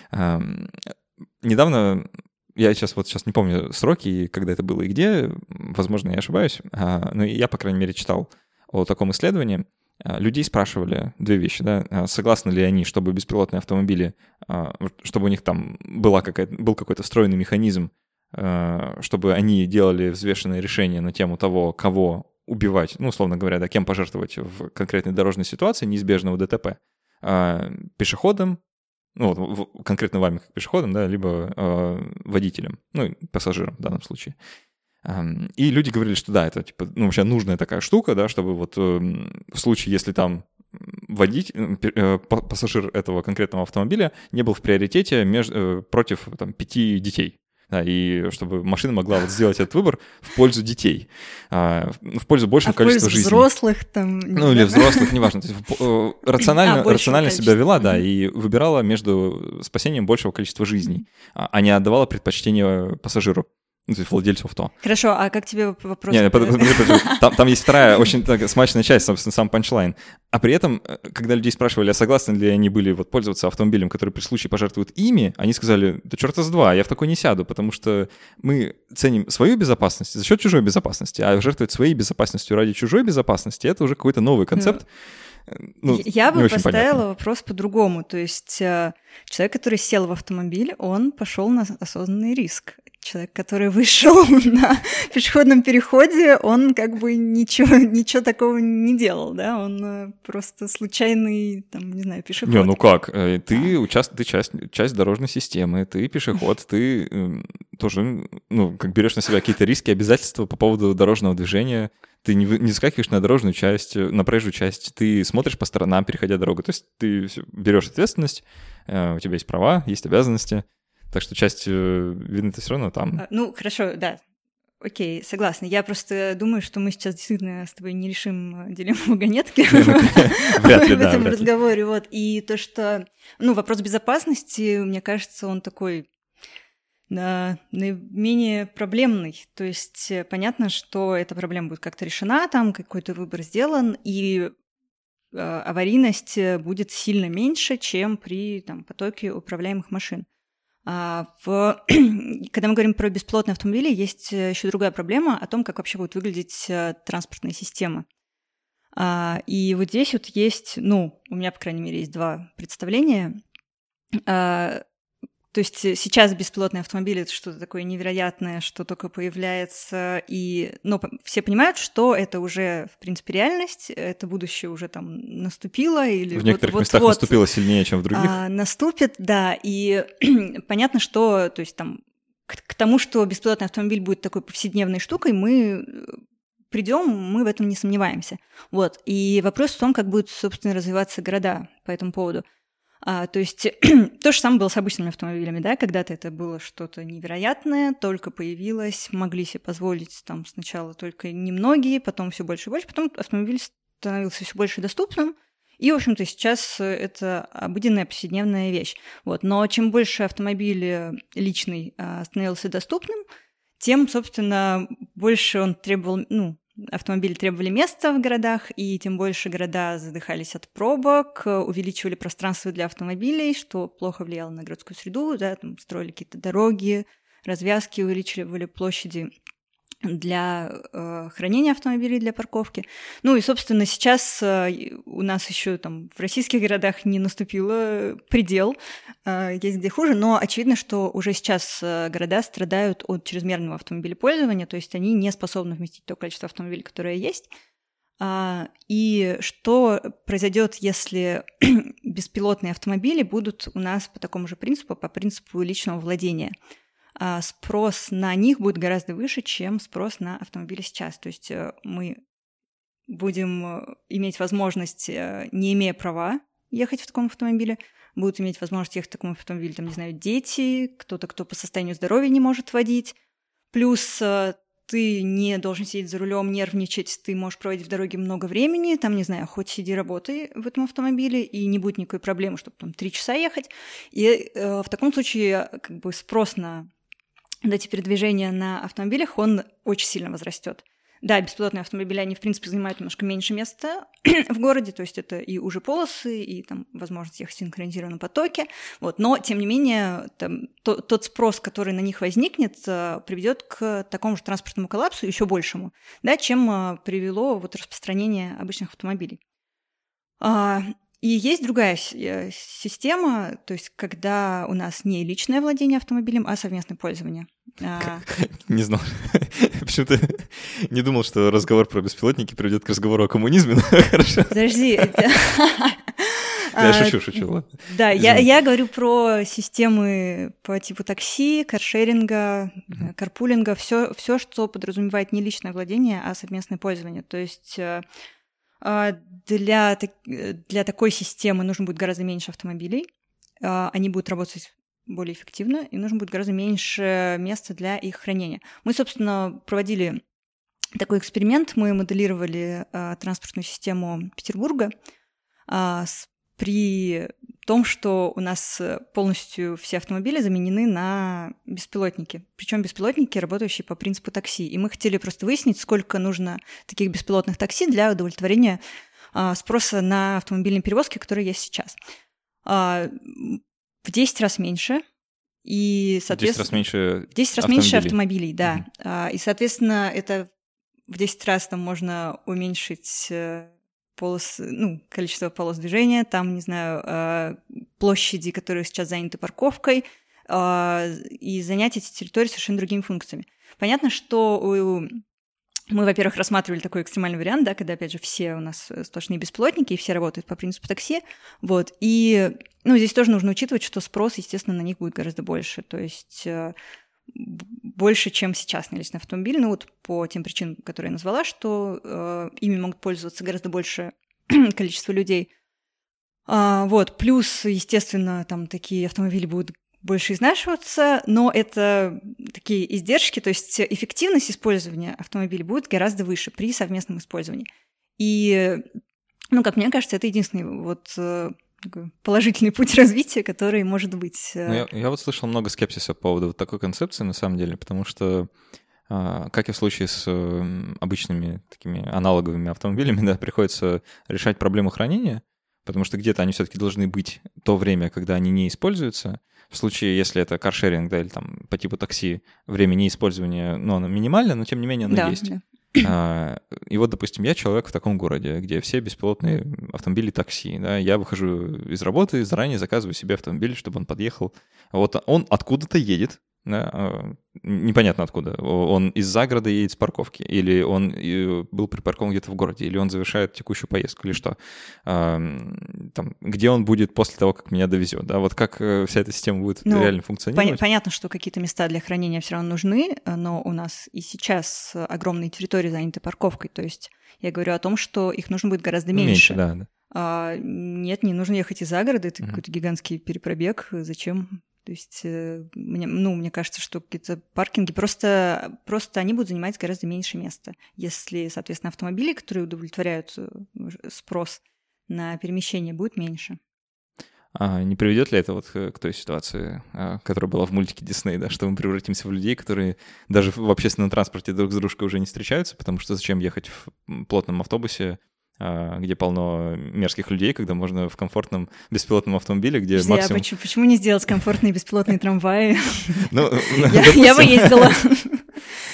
Недавно... Я сейчас вот сейчас не помню сроки, когда это было и где, возможно, я ошибаюсь, но я, по крайней мере, читал о таком исследовании. Людей спрашивали две вещи, да, согласны ли они, чтобы беспилотные автомобили, чтобы у них там была какая-то, был какой-то встроенный механизм, чтобы они делали взвешенные решения на тему того, кого убивать, ну, условно говоря, да, кем пожертвовать в конкретной дорожной ситуации неизбежного ДТП, пешеходам, ну, вот, конкретно вами как пешеходом, да, либо э, водителем, ну, пассажиром в данном случае. Um, и люди говорили, что да, это типа, ну, вообще нужная такая штука, да, чтобы вот э, в случае, если там водитель, э, пассажир этого конкретного автомобиля не был в приоритете меж, э, против там, пяти детей. Да, и чтобы машина могла вот сделать этот выбор в пользу детей, а, в пользу большего а количества жизней. взрослых там... Ну, или взрослых, неважно. То есть, э, рационально, а, рационально себя вела, да, и выбирала между спасением большего количества жизней, а, а не отдавала предпочтение пассажиру. Ну, то есть владельцу авто. Хорошо, а как тебе вопрос? Не, под, под, под, под, там, там есть вторая очень так, смачная часть, собственно, сам панчлайн. А при этом, когда людей спрашивали, а согласны ли они были вот, пользоваться автомобилем, который при случае пожертвует ими, они сказали, да черта с два, я в такой не сяду, потому что мы ценим свою безопасность за счет чужой безопасности, а жертвовать своей безопасностью ради чужой безопасности — это уже какой-то новый концепт. Ну, я бы поставила понятно. Вопрос по-другому. То есть человек, который сел в автомобиль, он пошел на осознанный риск. Человек, который вышел на пешеходном переходе, он как бы ничего, ничего такого не делал, да, он просто случайный, там, не знаю, пешеход. Не, ну как, ты, участ... ты часть, часть дорожной системы, ты пешеход, ты э, тоже, ну, как берешь на себя какие-то риски, обязательства по поводу дорожного движения, ты не, не скакиваешь на дорожную часть, на проезжую часть, ты смотришь по сторонам, переходя дорогу, то есть ты берешь ответственность, э, у тебя есть права, есть обязанности. Так что часть, видно, ты все равно там. Ну, хорошо, да. Окей, согласна. Я просто думаю, что мы сейчас действительно с тобой не решим дилемму вагонетки в этом разговоре. Вот. И то, что... Ну, вопрос безопасности, мне кажется, он такой наименее проблемный. То есть понятно, что эта проблема будет как-то решена, там какой-то выбор сделан, и аварийность будет сильно меньше, чем при там, потоке управляемых машин. А в... Когда мы говорим про беспилотные автомобили, есть еще другая проблема о том, как вообще будет выглядеть транспортная система. А, и вот здесь вот есть, ну, у меня, по крайней мере, есть два представления. А, то есть сейчас беспилотные автомобили — это что-то такое невероятное, что только появляется, и, ну, все понимают, что это уже, в принципе, реальность, это будущее уже там наступило. Или в некоторых вот, местах вот, наступило сильнее, чем в других. А, наступит, да, и понятно, что, то есть там, к, к тому, что беспилотный автомобиль будет такой повседневной штукой, мы придем, мы в этом не сомневаемся. Вот, и вопрос в том, как будут, собственно, развиваться города по этому поводу. А, то есть то же самое было с обычными автомобилями, да, когда-то это было что-то невероятное, только появилось, могли себе позволить там сначала только немногие, потом все больше и больше, потом автомобиль становился все больше доступным, и, в общем-то, сейчас это обыденная повседневная вещь. Вот. Но чем больше автомобиль личный становился доступным, тем, собственно, больше он требовал, ну, автомобили требовали места в городах, и тем больше города задыхались от пробок, увеличивали пространство для автомобилей, что плохо влияло на городскую среду, да, там строили какие-то дороги, развязки, увеличивали площади для э, хранения автомобилей, для парковки. Ну и, собственно, сейчас э, у нас еще там в российских городах не наступил предел, э, есть где хуже, но очевидно, что уже сейчас э, города страдают от чрезмерного автомобилепользования, то есть они не способны вместить то количество автомобилей, которое есть. А, и что произойдет, если беспилотные автомобили будут у нас по такому же принципу, по принципу личного владения? А спрос на них будет гораздо выше, чем спрос на автомобили сейчас. То есть мы будем иметь возможность, не имея права, ехать в таком автомобиле, будут иметь возможность ехать в таком автомобиле, там, не знаю, дети, кто-то, кто по состоянию здоровья не может водить. Плюс ты не должен сидеть за рулем, нервничать, ты можешь проводить в дороге много времени, там, не знаю, хоть сиди, работай в этом автомобиле, и не будет никакой проблемы, чтобы там три часа ехать. И э, в таком случае как бы спрос на эти передвижения на автомобилях, он очень сильно возрастет. Да, беспилотные автомобили, они, в принципе, занимают немножко меньше места в городе, то есть это и уже полосы, и там возможность ехать в синхронизированном потоке, вот, но, тем не менее, там, то, тот спрос, который на них возникнет, приведет к такому же транспортному коллапсу, еще большему, да, чем привело вот распространение обычных автомобилей. И есть другая система, то есть когда у нас не личное владение автомобилем, а совместное пользование. Не знал. Почему-то не думал, что разговор про беспилотники приведет к разговору о коммунизме. Хорошо. Подожди. Я шучу, шучу, ладно. Да, я, я говорю про системы по типу такси, каршеринга, mm-hmm. карпулинга, все, все, что подразумевает не личное владение, а совместное пользование. То есть для, для такой системы нужно будет гораздо меньше автомобилей, они будут работать более эффективно, и нужно будет гораздо меньше места для их хранения. Мы, собственно, проводили такой эксперимент, мы моделировали а, транспортную систему Петербурга а, с, при том, что у нас полностью все автомобили заменены на беспилотники, причем беспилотники, работающие по принципу такси. И мы хотели просто выяснить, сколько нужно таких беспилотных такси для удовлетворения а, спроса на автомобильные перевозки, которые есть сейчас. А, в десять раз меньше, и, соответственно... В десять раз меньше В десять раз автомобилей. меньше автомобилей, да. Mm-hmm. И, соответственно, это в десять раз там можно уменьшить полос, ну, количество полос движения, там, не знаю, площади, которые сейчас заняты парковкой, и занять эти территории совершенно другими функциями. Понятно, что у... мы, во-первых, рассматривали такой экстремальный вариант, да, когда, опять же, все у нас сплошные беспилотники, и все работают по принципу такси, вот, и, ну, здесь тоже нужно учитывать, что спрос, естественно, на них будет гораздо больше, то есть больше, чем сейчас на личный автомобиль, ну, вот по тем причинам, которые я назвала, что э, ими могут пользоваться гораздо больше количество людей, а, вот, плюс, естественно, там такие автомобили будут больше изнашиваться, но это такие издержки, то есть эффективность использования автомобиля будет гораздо выше при совместном использовании. И, ну, как мне кажется, это единственный вот такой положительный путь развития, который может быть. Ну, я, я вот слышал много скепсиса по поводу вот такой концепции, на самом деле, потому что, как и в случае с обычными такими аналоговыми автомобилями, да, приходится решать проблему хранения, потому что где-то они все-таки должны быть то время, когда они не используются. В случае, если это каршеринг, да, или там по типу такси, время неиспользования, ну, оно минимально, но тем не менее оно да, есть. Да. И вот, допустим, я человек в таком городе, где все беспилотные автомобили такси, да, я выхожу из работы, заранее заказываю себе автомобиль, чтобы он подъехал. Вот он откуда-то едет, да, непонятно откуда. Он из загорода едет с парковки, или он был припаркован где-то в городе, или он завершает текущую поездку, или что. Там, где он будет после того, как меня довезет, да, вот как вся эта система будет ну, реально функционировать. Пон- понятно, что какие-то места для хранения все равно нужны, но у нас и сейчас огромные территории заняты парковкой, то есть я говорю о том, что их нужно будет гораздо меньше. Меньше, да, да. А, нет, не нужно ехать из загорода, это mm-hmm. какой-то гигантский перепробег, зачем? То есть, мне, ну, мне кажется, что какие-то паркинги просто, просто они будут занимать гораздо меньше места, если, соответственно, автомобили, которые удовлетворяют спрос на перемещение, будет меньше. А не приведет ли это вот к той ситуации, которая была в мультике Дисней, да, что мы превратимся в людей, которые даже в общественном транспорте друг с дружкой уже не встречаются, потому что зачем ехать в плотном автобусе, где полно мерзких людей, когда можно в комфортном беспилотном автомобиле, где Подожди, максимум... А почему, почему не сделать комфортные беспилотные трамваи? Ну, я бы ездила.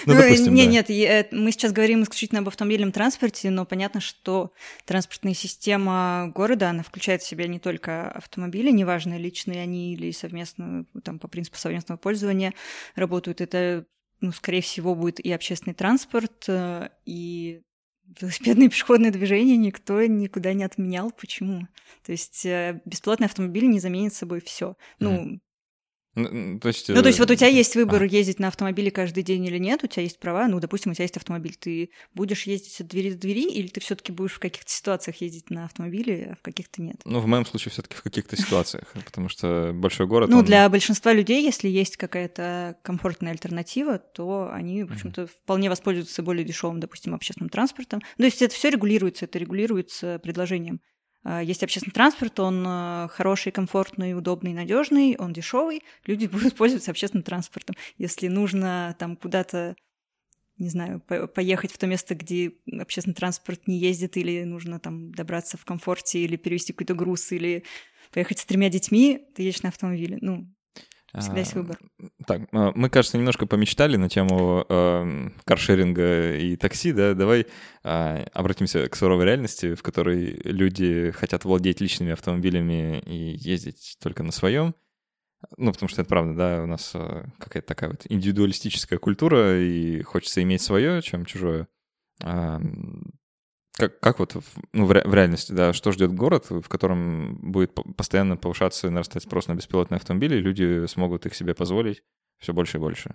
Ну, допустим, не, да. Нет, я, мы сейчас говорим исключительно об автомобильном транспорте, но понятно, что транспортная система города, она включает в себя не только автомобили, неважно, личные они или совместно, там, по принципу совместного пользования работают. Это, ну, скорее всего, будет и общественный транспорт, и велосипедное и пешеходное движение никто никуда не отменял. Почему? То есть беспилотный автомобиль не заменит собой все. Ну, mm. Ну, то есть, ну, то есть вот у тебя есть выбор, а. ездить на автомобиле каждый день или нет, у тебя есть права, ну, допустим, у тебя есть автомобиль, ты будешь ездить от двери до двери, или ты все-таки будешь в каких-то ситуациях ездить на автомобиле, а в каких-то нет? Ну, в моем случае все-таки в каких-то ситуациях, потому что большой город... Ну, он... для большинства людей, если есть какая-то комфортная альтернатива, то они, в общем-то, mm-hmm. вполне воспользуются более дешевым, допустим, общественным транспортом. То есть это все регулируется, это регулируется предложением. Есть общественный транспорт, он хороший, комфортный, удобный, надежный, он дешевый, люди будут пользоваться общественным транспортом. Если нужно там куда-то, не знаю, по- поехать в то место, где общественный транспорт не ездит, или нужно там добраться в комфорте, или перевезти какой-то груз, или поехать с тремя детьми, ты едешь на автомобиле. Ну, всегда есть выбор. Так, мы, кажется, немножко помечтали на тему э, каршеринга и такси, да? Давай э, обратимся к суровой реальности, в которой люди хотят владеть личными автомобилями и ездить только на своем. Ну, потому что это правда, да, у нас э, какая-то такая вот индивидуалистическая культура, и хочется иметь свое, чем чужое. Э, Как, как вот ну, в, ре, в реальности, да, что ждет город, в котором будет постоянно повышаться и нарастать спрос на беспилотные автомобили, и люди смогут их себе позволить все больше и больше?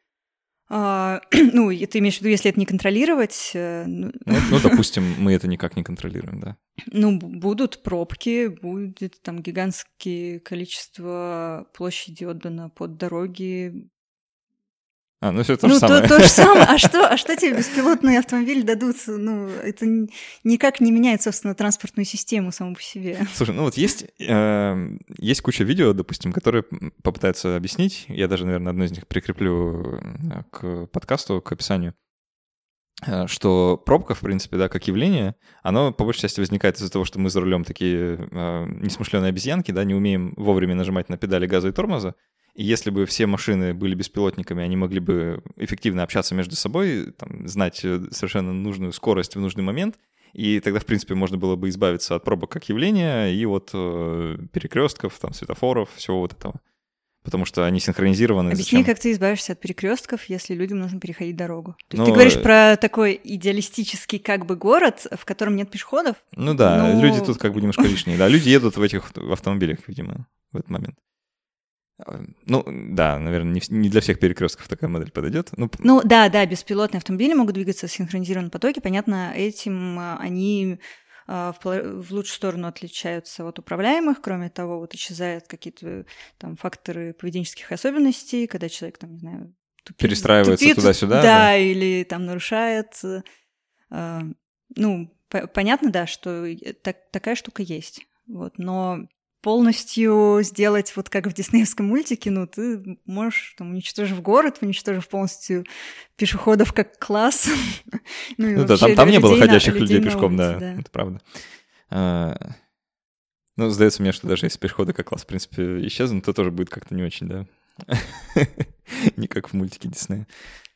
А, ну, ты имеешь в виду, если это не контролировать? Ну, ну, допустим, мы это никак не контролируем, да. Ну, будут пробки, будет там гигантское количество площади отдано под дороги. А, ну все то ну, же самое. То, то же самое. А что, а что тебе беспилотные автомобили дадут? Ну, это никак не меняет, собственно, транспортную систему саму по себе. Слушай, ну вот есть, э, есть куча видео, допустим, которые попытаются объяснить, я даже, наверное, одно из них прикреплю к подкасту, к описанию, что пробка, в принципе, да, как явление, оно по большей части возникает из-за того, что мы за рулем такие э, несмышленые обезьянки, да, не умеем вовремя нажимать на педали газа и тормоза. И если бы все машины были беспилотниками, они могли бы эффективно общаться между собой, там, знать совершенно нужную скорость в нужный момент, и тогда, в принципе, можно было бы избавиться от пробок как явления и от э, перекрестков, там, светофоров, всего вот этого. Потому что они синхронизированы. Объясни, зачем? Как ты избавишься от перекрестков, если людям нужно переходить дорогу. То есть ну, ты говоришь про такой идеалистический как бы город, в котором нет пешеходов? Ну да, но... люди тут как бы немножко лишние. Да, люди едут в этих в автомобилях, видимо, в этот момент. Ну, да, наверное, не, не для всех перекрестков такая модель подойдет. Ну, ну да, да, беспилотные автомобили могут двигаться в синхронизированном потоке. Понятно, этим они в, в лучшую сторону отличаются от управляемых. Кроме того, вот исчезают какие-то там факторы поведенческих особенностей, когда человек, там, не знаю, тупит, перестраивается тупит, туда-сюда. Да, да, или там нарушает. Ну, по- понятно, да, что так, такая штука есть. Вот, но полностью сделать вот как в диснеевском мультике, ну, ты можешь, там, уничтожив город, уничтожив полностью пешеходов как класс. ну, ну да, там, там не было ходящих людей, людей пешком, улице, да, да, это правда. А, ну, сдается мне, что даже если пешеходы как класс, в принципе, исчезнут, то тоже будет как-то не очень, да. Не как в мультике Диснея.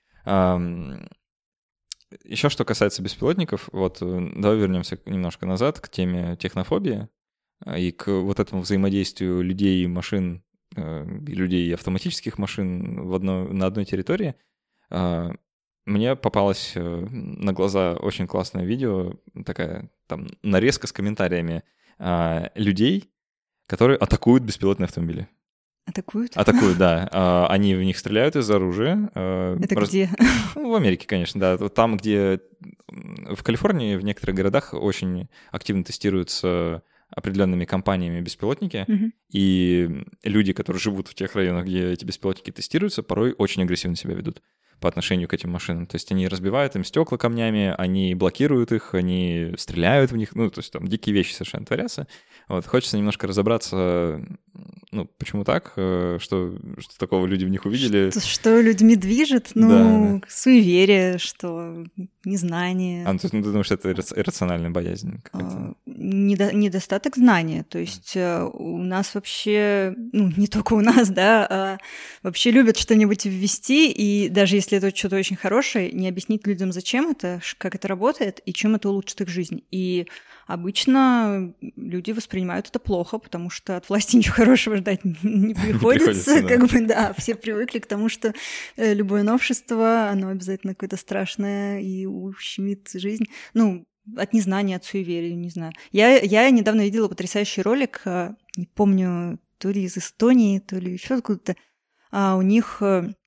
Еще что касается беспилотников, вот давай вернемся немножко назад к теме технофобии и к вот этому взаимодействию людей и машин, людей и автоматических машин в одной, на одной территории. Мне попалось на глаза очень классное видео, такая там нарезка с комментариями людей, которые атакуют беспилотные автомобили. Атакуют? Атакуют, да. Они в них стреляют из оружия. Это Раз... где? Ну, в Америке, конечно, да. Там, где в Калифорнии, в некоторых городах очень активно тестируются определенными компаниями беспилотники, mm-hmm. и люди, которые живут в тех районах, где эти беспилотники тестируются, порой очень агрессивно себя ведут по отношению к этим машинам. То есть они разбивают им стекла камнями, они блокируют их, они стреляют в них, ну, то есть там дикие вещи совершенно творятся. Вот, хочется немножко разобраться, ну, почему так, что, что такого люди в них увидели. Что, что людьми движет? Ну, да. Суеверие, что незнание. А, ну, ты, ну, ты думаешь, что это иррациональная боязнь какая-то? Недо, недостаток знания. То есть у нас вообще, ну, не только у нас, да, а вообще любят что-нибудь ввести, и даже если это что-то очень хорошее, не объяснить людям, зачем это, как это работает и чем это улучшит их жизнь. И обычно люди воспринимают это плохо, потому что от власти ничего хорошего ждать не приходится. Не приходится, как да. бы, да, все привыкли к тому, что любое новшество, оно обязательно какое-то страшное и ущемит жизнь. Ну, от незнания, от суеверия, не знаю. Я, я недавно видела потрясающий ролик, не помню, то ли из Эстонии, то ли еще откуда-то. А у них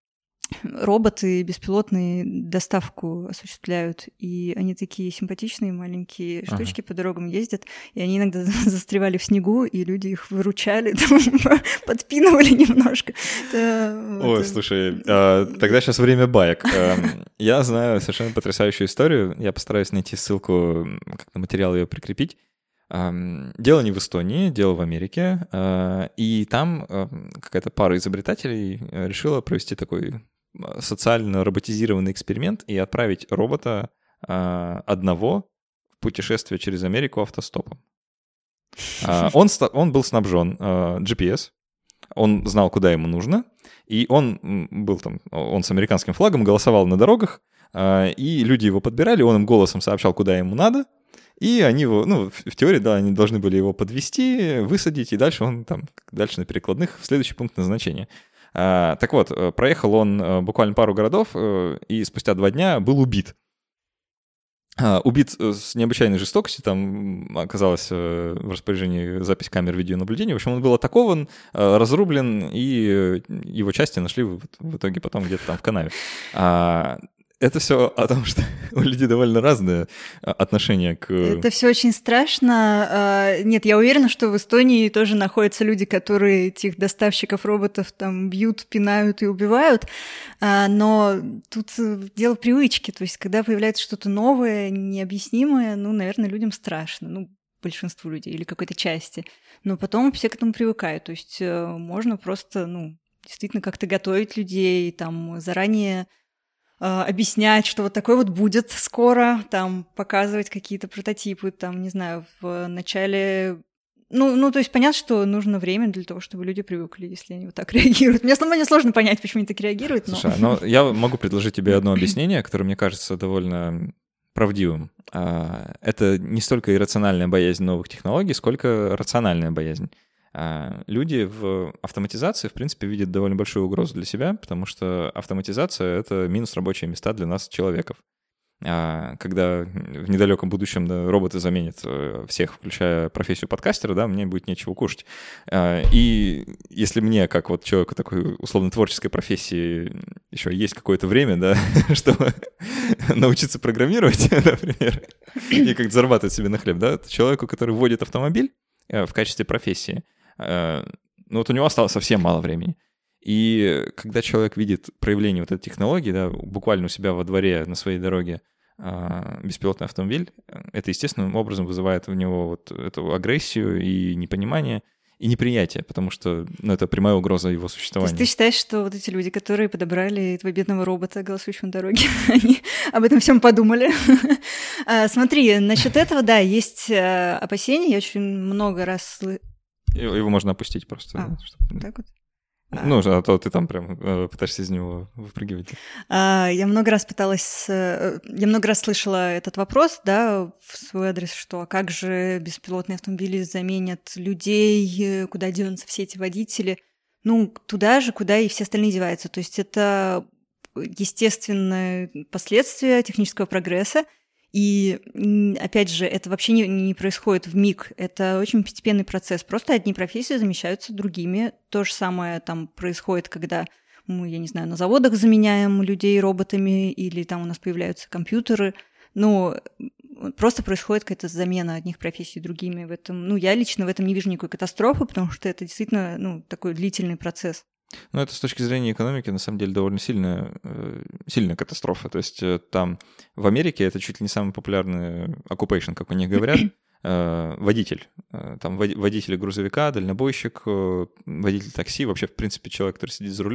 роботы беспилотные доставку осуществляют, и они такие симпатичные маленькие штучки ага. по дорогам ездят, и они иногда застревали в снегу, и люди их выручали, там, подпинывали немножко. Ой, вот. Слушай, а, тогда сейчас время баек. Я знаю совершенно потрясающую историю, я постараюсь найти ссылку, как-то материал ее прикрепить. Дело не в Эстонии, дело в Америке, и там какая-то пара изобретателей решила провести такой социально роботизированный эксперимент и отправить робота одного в путешествие через Америку автостопом. Он, он был снабжен джи пи эс, он знал, куда ему нужно, и он был там, он с американским флагом голосовал на дорогах, и люди его подбирали, он им голосом сообщал, куда ему надо. И они его, ну, в теории, да, они должны были его подвести, высадить, и дальше он там, дальше на перекладных в следующий пункт назначения. А, так вот, проехал он буквально пару городов, и спустя два дня был убит. А, убит с необычайной жестокостью, там оказалась в распоряжении запись камер видеонаблюдения. В общем, он был атакован, разрублен, и его части нашли в, в итоге потом где-то там в канаве. А, Это все о том, что у людей довольно разное отношение к... Это все очень страшно. Нет, я уверена, что в Эстонии тоже находятся люди, которые этих доставщиков роботов там бьют, пинают и убивают. Но тут дело привычки. То есть, когда появляется что-то новое, необъяснимое, ну, наверное, людям страшно. Ну, большинству людей или какой-то части. Но потом все к этому привыкают. То есть можно просто, ну, действительно как-то готовить людей, там, заранее объяснять, что вот такой вот будет скоро, там, показывать какие-то прототипы, там, не знаю, в начале... Ну, ну, то есть понятно, что нужно время для того, чтобы люди привыкли, если они вот так реагируют. Мне самому сложно понять, почему они так реагируют, но... Слушай, но я могу предложить тебе одно объяснение, которое мне кажется довольно правдивым. Это не столько иррациональная боязнь новых технологий, сколько рациональная боязнь. Люди в автоматизации, в принципе, видят довольно большую угрозу для себя, потому что автоматизация — это минус рабочие места для нас, человеков. Когда в недалеком будущем, да, роботы заменят всех, включая профессию подкастера, да, мне будет нечего кушать. И если мне, как вот человеку такой условно-творческой профессии, еще есть какое-то время, да, чтобы научиться программировать, например, и как-то зарабатывать себе на хлеб, да, то человеку, который водит автомобиль в качестве профессии, ну вот у него осталось совсем мало времени. И когда человек видит проявление вот этой технологии, да, буквально у себя во дворе на своей дороге беспилотный автомобиль, это естественным образом вызывает в него вот эту агрессию и непонимание, и неприятие, потому что, ну, это прямая угроза его существования. То есть ты считаешь, что вот эти люди, которые подобрали этого бедного робота, голосующего на дороге, они об этом всем подумали? Смотри, насчет этого, да, есть опасения, я очень много раз... Его можно опустить просто. А, да, чтобы... так вот? Ну, а то ты там прям пытаешься из него выпрыгивать. Я много раз пыталась... Я много раз слышала этот вопрос, да, в свой адрес, что а как же беспилотные автомобили заменят людей, куда денутся все эти водители? Ну, туда же, куда и все остальные деваются. То есть это естественное последствие технического прогресса. И, опять же, это вообще не, не происходит в миг, это очень постепенный процесс. Просто одни профессии замещаются другими. То же самое там происходит, когда мы, я не знаю, на заводах заменяем людей роботами, или там у нас появляются компьютеры. Ну, просто происходит какая-то замена одних профессий другими. В этом, ну, я лично в этом не вижу никакой катастрофы, потому что это действительно, ну, такой длительный процесс. Ну, это с точки зрения экономики, на самом деле, довольно сильная, сильная катастрофа. То есть там в Америке это чуть ли не самый популярный occupation, как у них говорят, водитель. Там водитель грузовика, дальнобойщик, водитель такси, вообще, в принципе, человек, который сидит за рулем,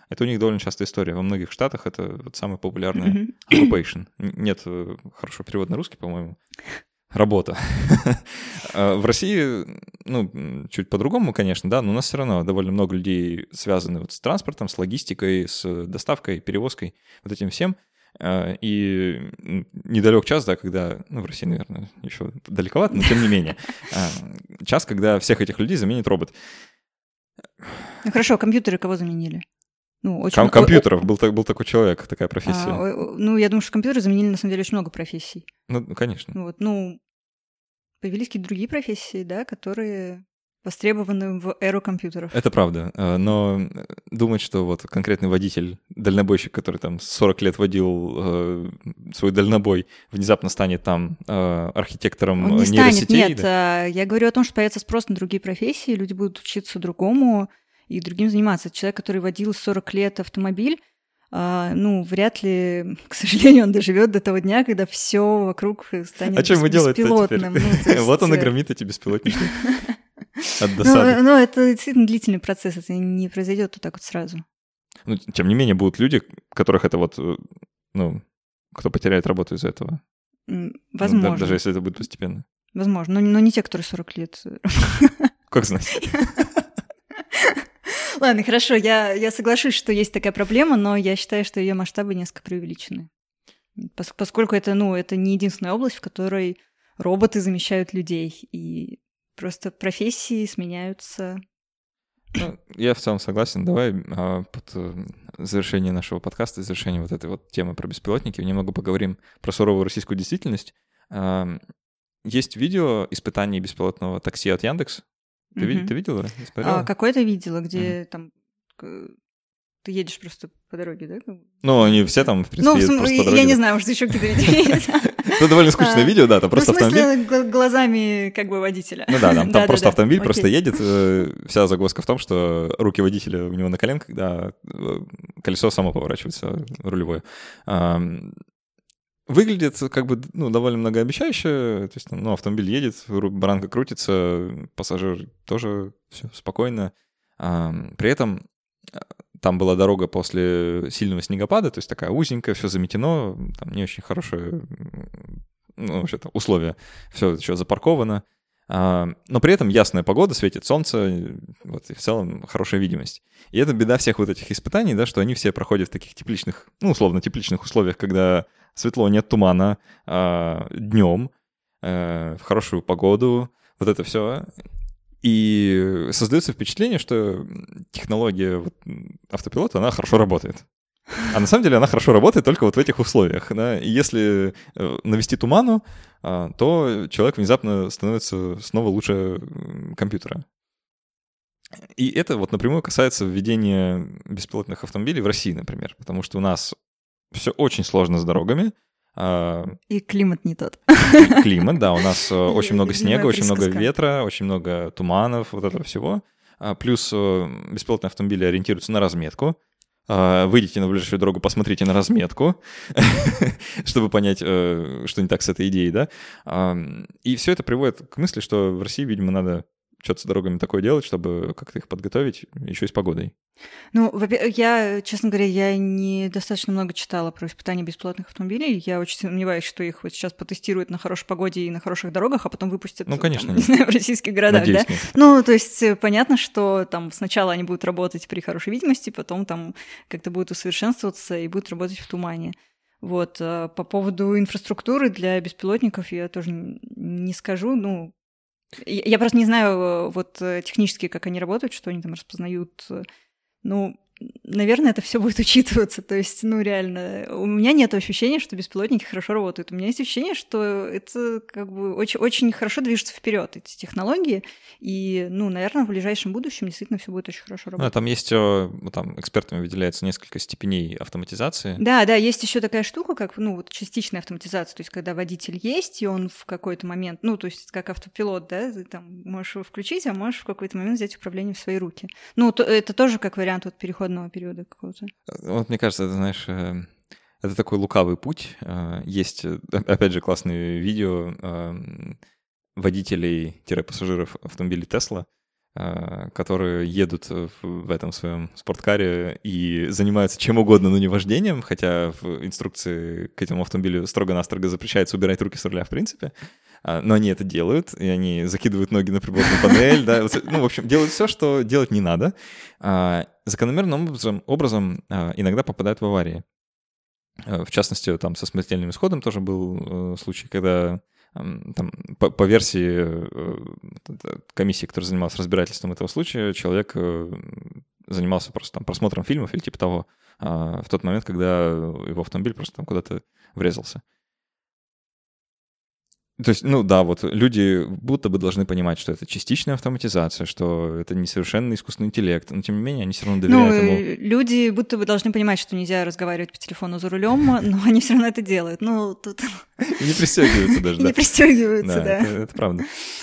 Это у них довольно частая история. Во многих штатах это вот самая популярная occupation. Нет хорошего перевода на русский, по-моему. Работа. В России, ну, чуть по-другому, конечно, да, но у нас все равно довольно много людей связаны вот с транспортом, с логистикой, с доставкой, перевозкой, вот этим всем. И недалек час, да, когда, ну, в России, наверное, еще далековато, но тем не менее, час, когда всех этих людей заменит робот. Ну хорошо, компьютеры кого заменили? Ну, очень... Ком- компьютеров, был, был такой человек, такая профессия. А, ну, я думаю, что компьютеры заменили, на самом деле, очень много профессий. Ну, конечно. Вот, ну, появились какие-то другие профессии, да, которые востребованы в эру компьютеров. Это правда, но думать, что вот конкретный водитель, дальнобойщик, который там сорок лет водил э, свой дальнобой, внезапно станет там э, архитектором Он не нейросетей. станет, нет. Да? Я говорю о том, что появится спрос на другие профессии, люди будут учиться другому и другим заниматься. Человек, который водил сорок лет автомобиль, Uh, ну, вряд ли, к сожалению, он доживет до того дня, когда все вокруг станет а чем вы беспилотным. Ну, есть... Вот он и громит эти беспилотники от досады. Ну, ну, это действительно длительный процесс, это не произойдет вот так вот сразу. Ну, тем не менее, будут люди, которых это вот, ну, кто потеряет работу из-за этого. Возможно. Ну, даже если это будет постепенно. Возможно, но, но не те, которые сорок лет. Как знать? Ладно, хорошо, я, я соглашусь, что есть такая проблема, но я считаю, что ее масштабы несколько преувеличены. Пос, поскольку это, ну, это не единственная область, в которой роботы замещают людей, и просто профессии сменяются. Ну, я в целом согласен. Давай а, под завершение нашего подкаста, завершение вот этой вот темы про беспилотники, немного поговорим про суровую российскую действительность. А, есть видео испытаний беспилотного такси от Яндекс. Ты, mm-hmm. ты видела? А, какое-то видела, где mm-hmm. там ты едешь просто по дороге, да? Ну, они все там, в принципе, ну, едут в просто по дороге. Я не знаю, может, еще какие-то видео есть. Это довольно скучное видео, да, там просто автомобиль. Ну, в смысле, глазами как бы водителя. Ну да, там просто автомобиль просто едет. Вся загвоздка в том, что руки водителя у него на коленках, да, колесо само поворачивается, рулевое. Выглядит как бы, ну, довольно многообещающе, то есть, ну, автомобиль едет, баранка крутится, пассажир тоже все спокойно. При этом там была дорога после сильного снегопада, то есть такая узенькая, все заметено, там не очень хорошие, ну, вообще-то условия, все еще запарковано. Но при этом ясная погода, светит солнце, вот, и в целом хорошая видимость. И это беда всех вот этих испытаний, да, что они все проходят в таких тепличных, ну, условно, тепличных условиях, когда светло, нет тумана, а, днем, а, в хорошую погоду, вот это все. И создается впечатление, что технология вот, автопилота, она хорошо работает. А на самом деле она хорошо работает только вот в этих условиях. Да? И если навести туману, то человек внезапно становится снова лучше компьютера. И это вот напрямую касается введения беспилотных автомобилей в России, например, потому что у нас все очень сложно с дорогами. И климат не тот. И климат, да, у нас очень много снега, очень много ветра, очень много туманов, вот этого всего. Плюс беспилотные автомобили ориентируются на разметку. Выйдите на ближайшую дорогу, посмотрите на разметку, чтобы понять, что не так с этой идеей, да. И все это приводит к мысли, что в России, видимо, надо что-то с дорогами такое делать, чтобы как-то их подготовить, еще и с погодой. Ну, я, честно говоря, я недостаточно много читала про испытания беспилотных автомобилей. Я очень сомневаюсь, что их вот сейчас потестируют на хорошей погоде и на хороших дорогах, а потом выпустят, ну, конечно, там, не знаю, в российских городах, Надеюсь, да? Нет. Ну, то есть понятно, что там сначала они будут работать при хорошей видимости, потом там как-то будут усовершенствоваться и будут работать в тумане. Вот. По поводу инфраструктуры для беспилотников я тоже не скажу, ну, я просто не знаю вот технически, как они работают, что они там распознают. Ну, наверное, это все будет учитываться. То есть, ну, реально, у меня нет ощущения, что беспилотники хорошо работают. У меня есть ощущение, что это как бы очень, очень хорошо движется вперед эти технологии. И, ну, наверное, в ближайшем будущем действительно все будет очень хорошо работать. Ну, там есть, там экспертами выделяется несколько степеней автоматизации. Да, да, есть еще такая штука, как, ну, вот частичная автоматизация. То есть, когда водитель есть, и он в какой-то момент, ну, то есть, как автопилот, да, ты там можешь его включить, а можешь в какой-то момент взять управление в свои руки. Ну, то, это тоже как вариант вот переходного периода какого-то. Вот мне кажется, это, знаешь, это такой лукавый путь. Есть, опять же, классные видео водителей-пассажиров автомобилей Tesla, которые едут в этом своем спорткаре и занимаются чем угодно, но не вождением, хотя в инструкции к этому автомобилю строго-настрого запрещается убирать руки с руля в принципе, но они это делают, и они закидывают ноги на приборную панель, да, ну, в общем, делают все, что делать не надо, закономерным образом, образом иногда попадают в аварии. В частности, там со смертельным исходом тоже был случай, когда там, по, по версии комиссии, которая занималась разбирательством этого случая, человек занимался просто там просмотром фильмов или типа того в тот момент, когда его автомобиль просто там куда-то врезался. То есть, ну да, вот люди будто бы должны понимать, что это частичная автоматизация, что это несовершенный искусственный интеллект, но тем не менее они все равно доверяют ну, ему. Люди будто бы должны понимать, что нельзя разговаривать по телефону за рулем, но они все равно это делают. Ну, тут... И не пристегиваются даже, да. Не пристегиваются, да. Да, это правда.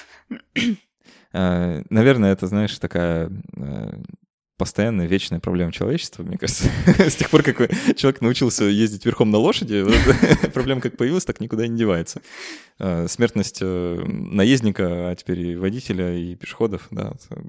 Наверное, это, знаешь, такая... постоянная, вечная проблема человечества, мне кажется. С тех пор, как человек научился ездить верхом на лошади, проблема как появилась, так никуда не девается. Смертность наездника, а теперь и водителя, и пешеходов, да.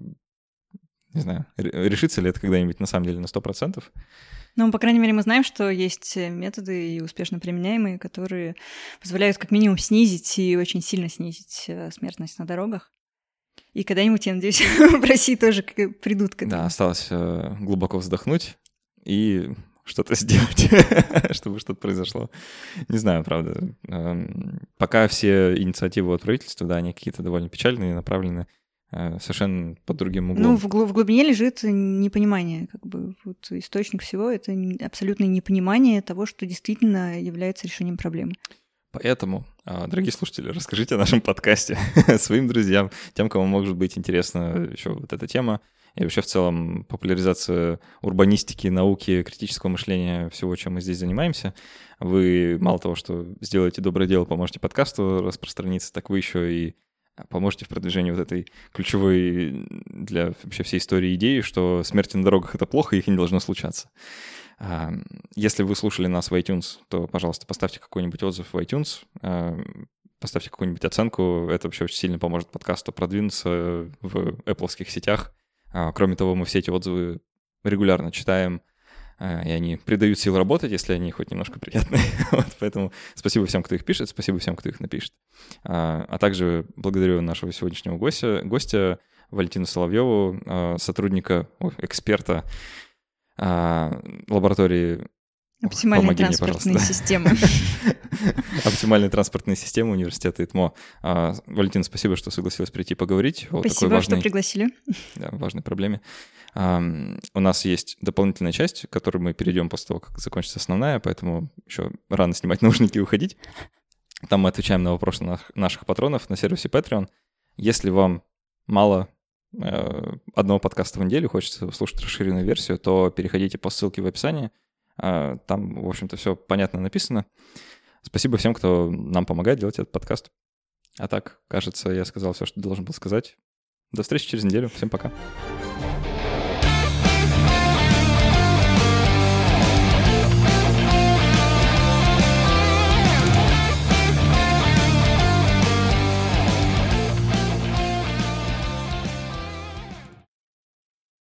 Не знаю, решится ли это когда-нибудь на самом деле на сто процентов? Ну, по крайней мере, мы знаем, что есть методы и успешно применяемые, которые позволяют как минимум снизить и очень сильно снизить смертность на дорогах. И когда-нибудь, я надеюсь, в России тоже придут к этому. Да, осталось э, глубоко вздохнуть и что-то сделать, чтобы что-то произошло. Не знаю, правда. Эм, пока все инициативы от правительства, да, они какие-то довольно печальные, направлены э, совершенно под другим углом. Ну, в, гл- в глубине лежит непонимание. Как бы, вот источник всего — это абсолютное непонимание того, что действительно является решением проблемы. Поэтому, дорогие слушатели, расскажите о нашем подкасте своим друзьям, тем, кому может быть интересна еще вот эта тема, и вообще в целом популяризация урбанистики, науки, критического мышления, всего, чем мы здесь занимаемся. Вы мало того, что сделаете доброе дело, поможете подкасту распространиться, так вы еще и поможете в продвижении вот этой ключевой для вообще всей истории идеи, что смерти на дорогах — это плохо, и их не должно случаться. Если вы слушали нас в iTunes, то, пожалуйста, поставьте какой-нибудь отзыв в iTunes, поставьте какую-нибудь оценку. Это вообще очень сильно поможет подкасту продвинуться в Apple'ских сетях. Кроме того, мы все эти отзывы регулярно читаем, и они придают сил работать, если они хоть немножко приятные. Вот, поэтому спасибо всем, кто их пишет, спасибо всем, кто их напишет. А также благодарю нашего сегодняшнего гостя, гостя Валентину Соловьеву, сотрудника, о, эксперта лаборатории... Оптимальной Помоги транспортной мне, системы. Оптимальной транспортной системы университета ИТМО. Валентин, спасибо, что согласилась прийти поговорить о спасибо, такой важной, что пригласили. Да, важной проблеме. У нас есть дополнительная часть, к которой мы перейдем после того, как закончится основная, поэтому еще рано снимать наушники и уходить. Там мы отвечаем на вопросы наших патронов на сервисе Patreon. Если вам мало одного подкаста в неделю, хочется слушать расширенную версию, то переходите по ссылке в описании. Там, в общем-то, все понятно написано. Спасибо всем, кто нам помогает делать этот подкаст. А так, кажется, я сказал все, что должен был сказать. До встречи через неделю. Всем пока.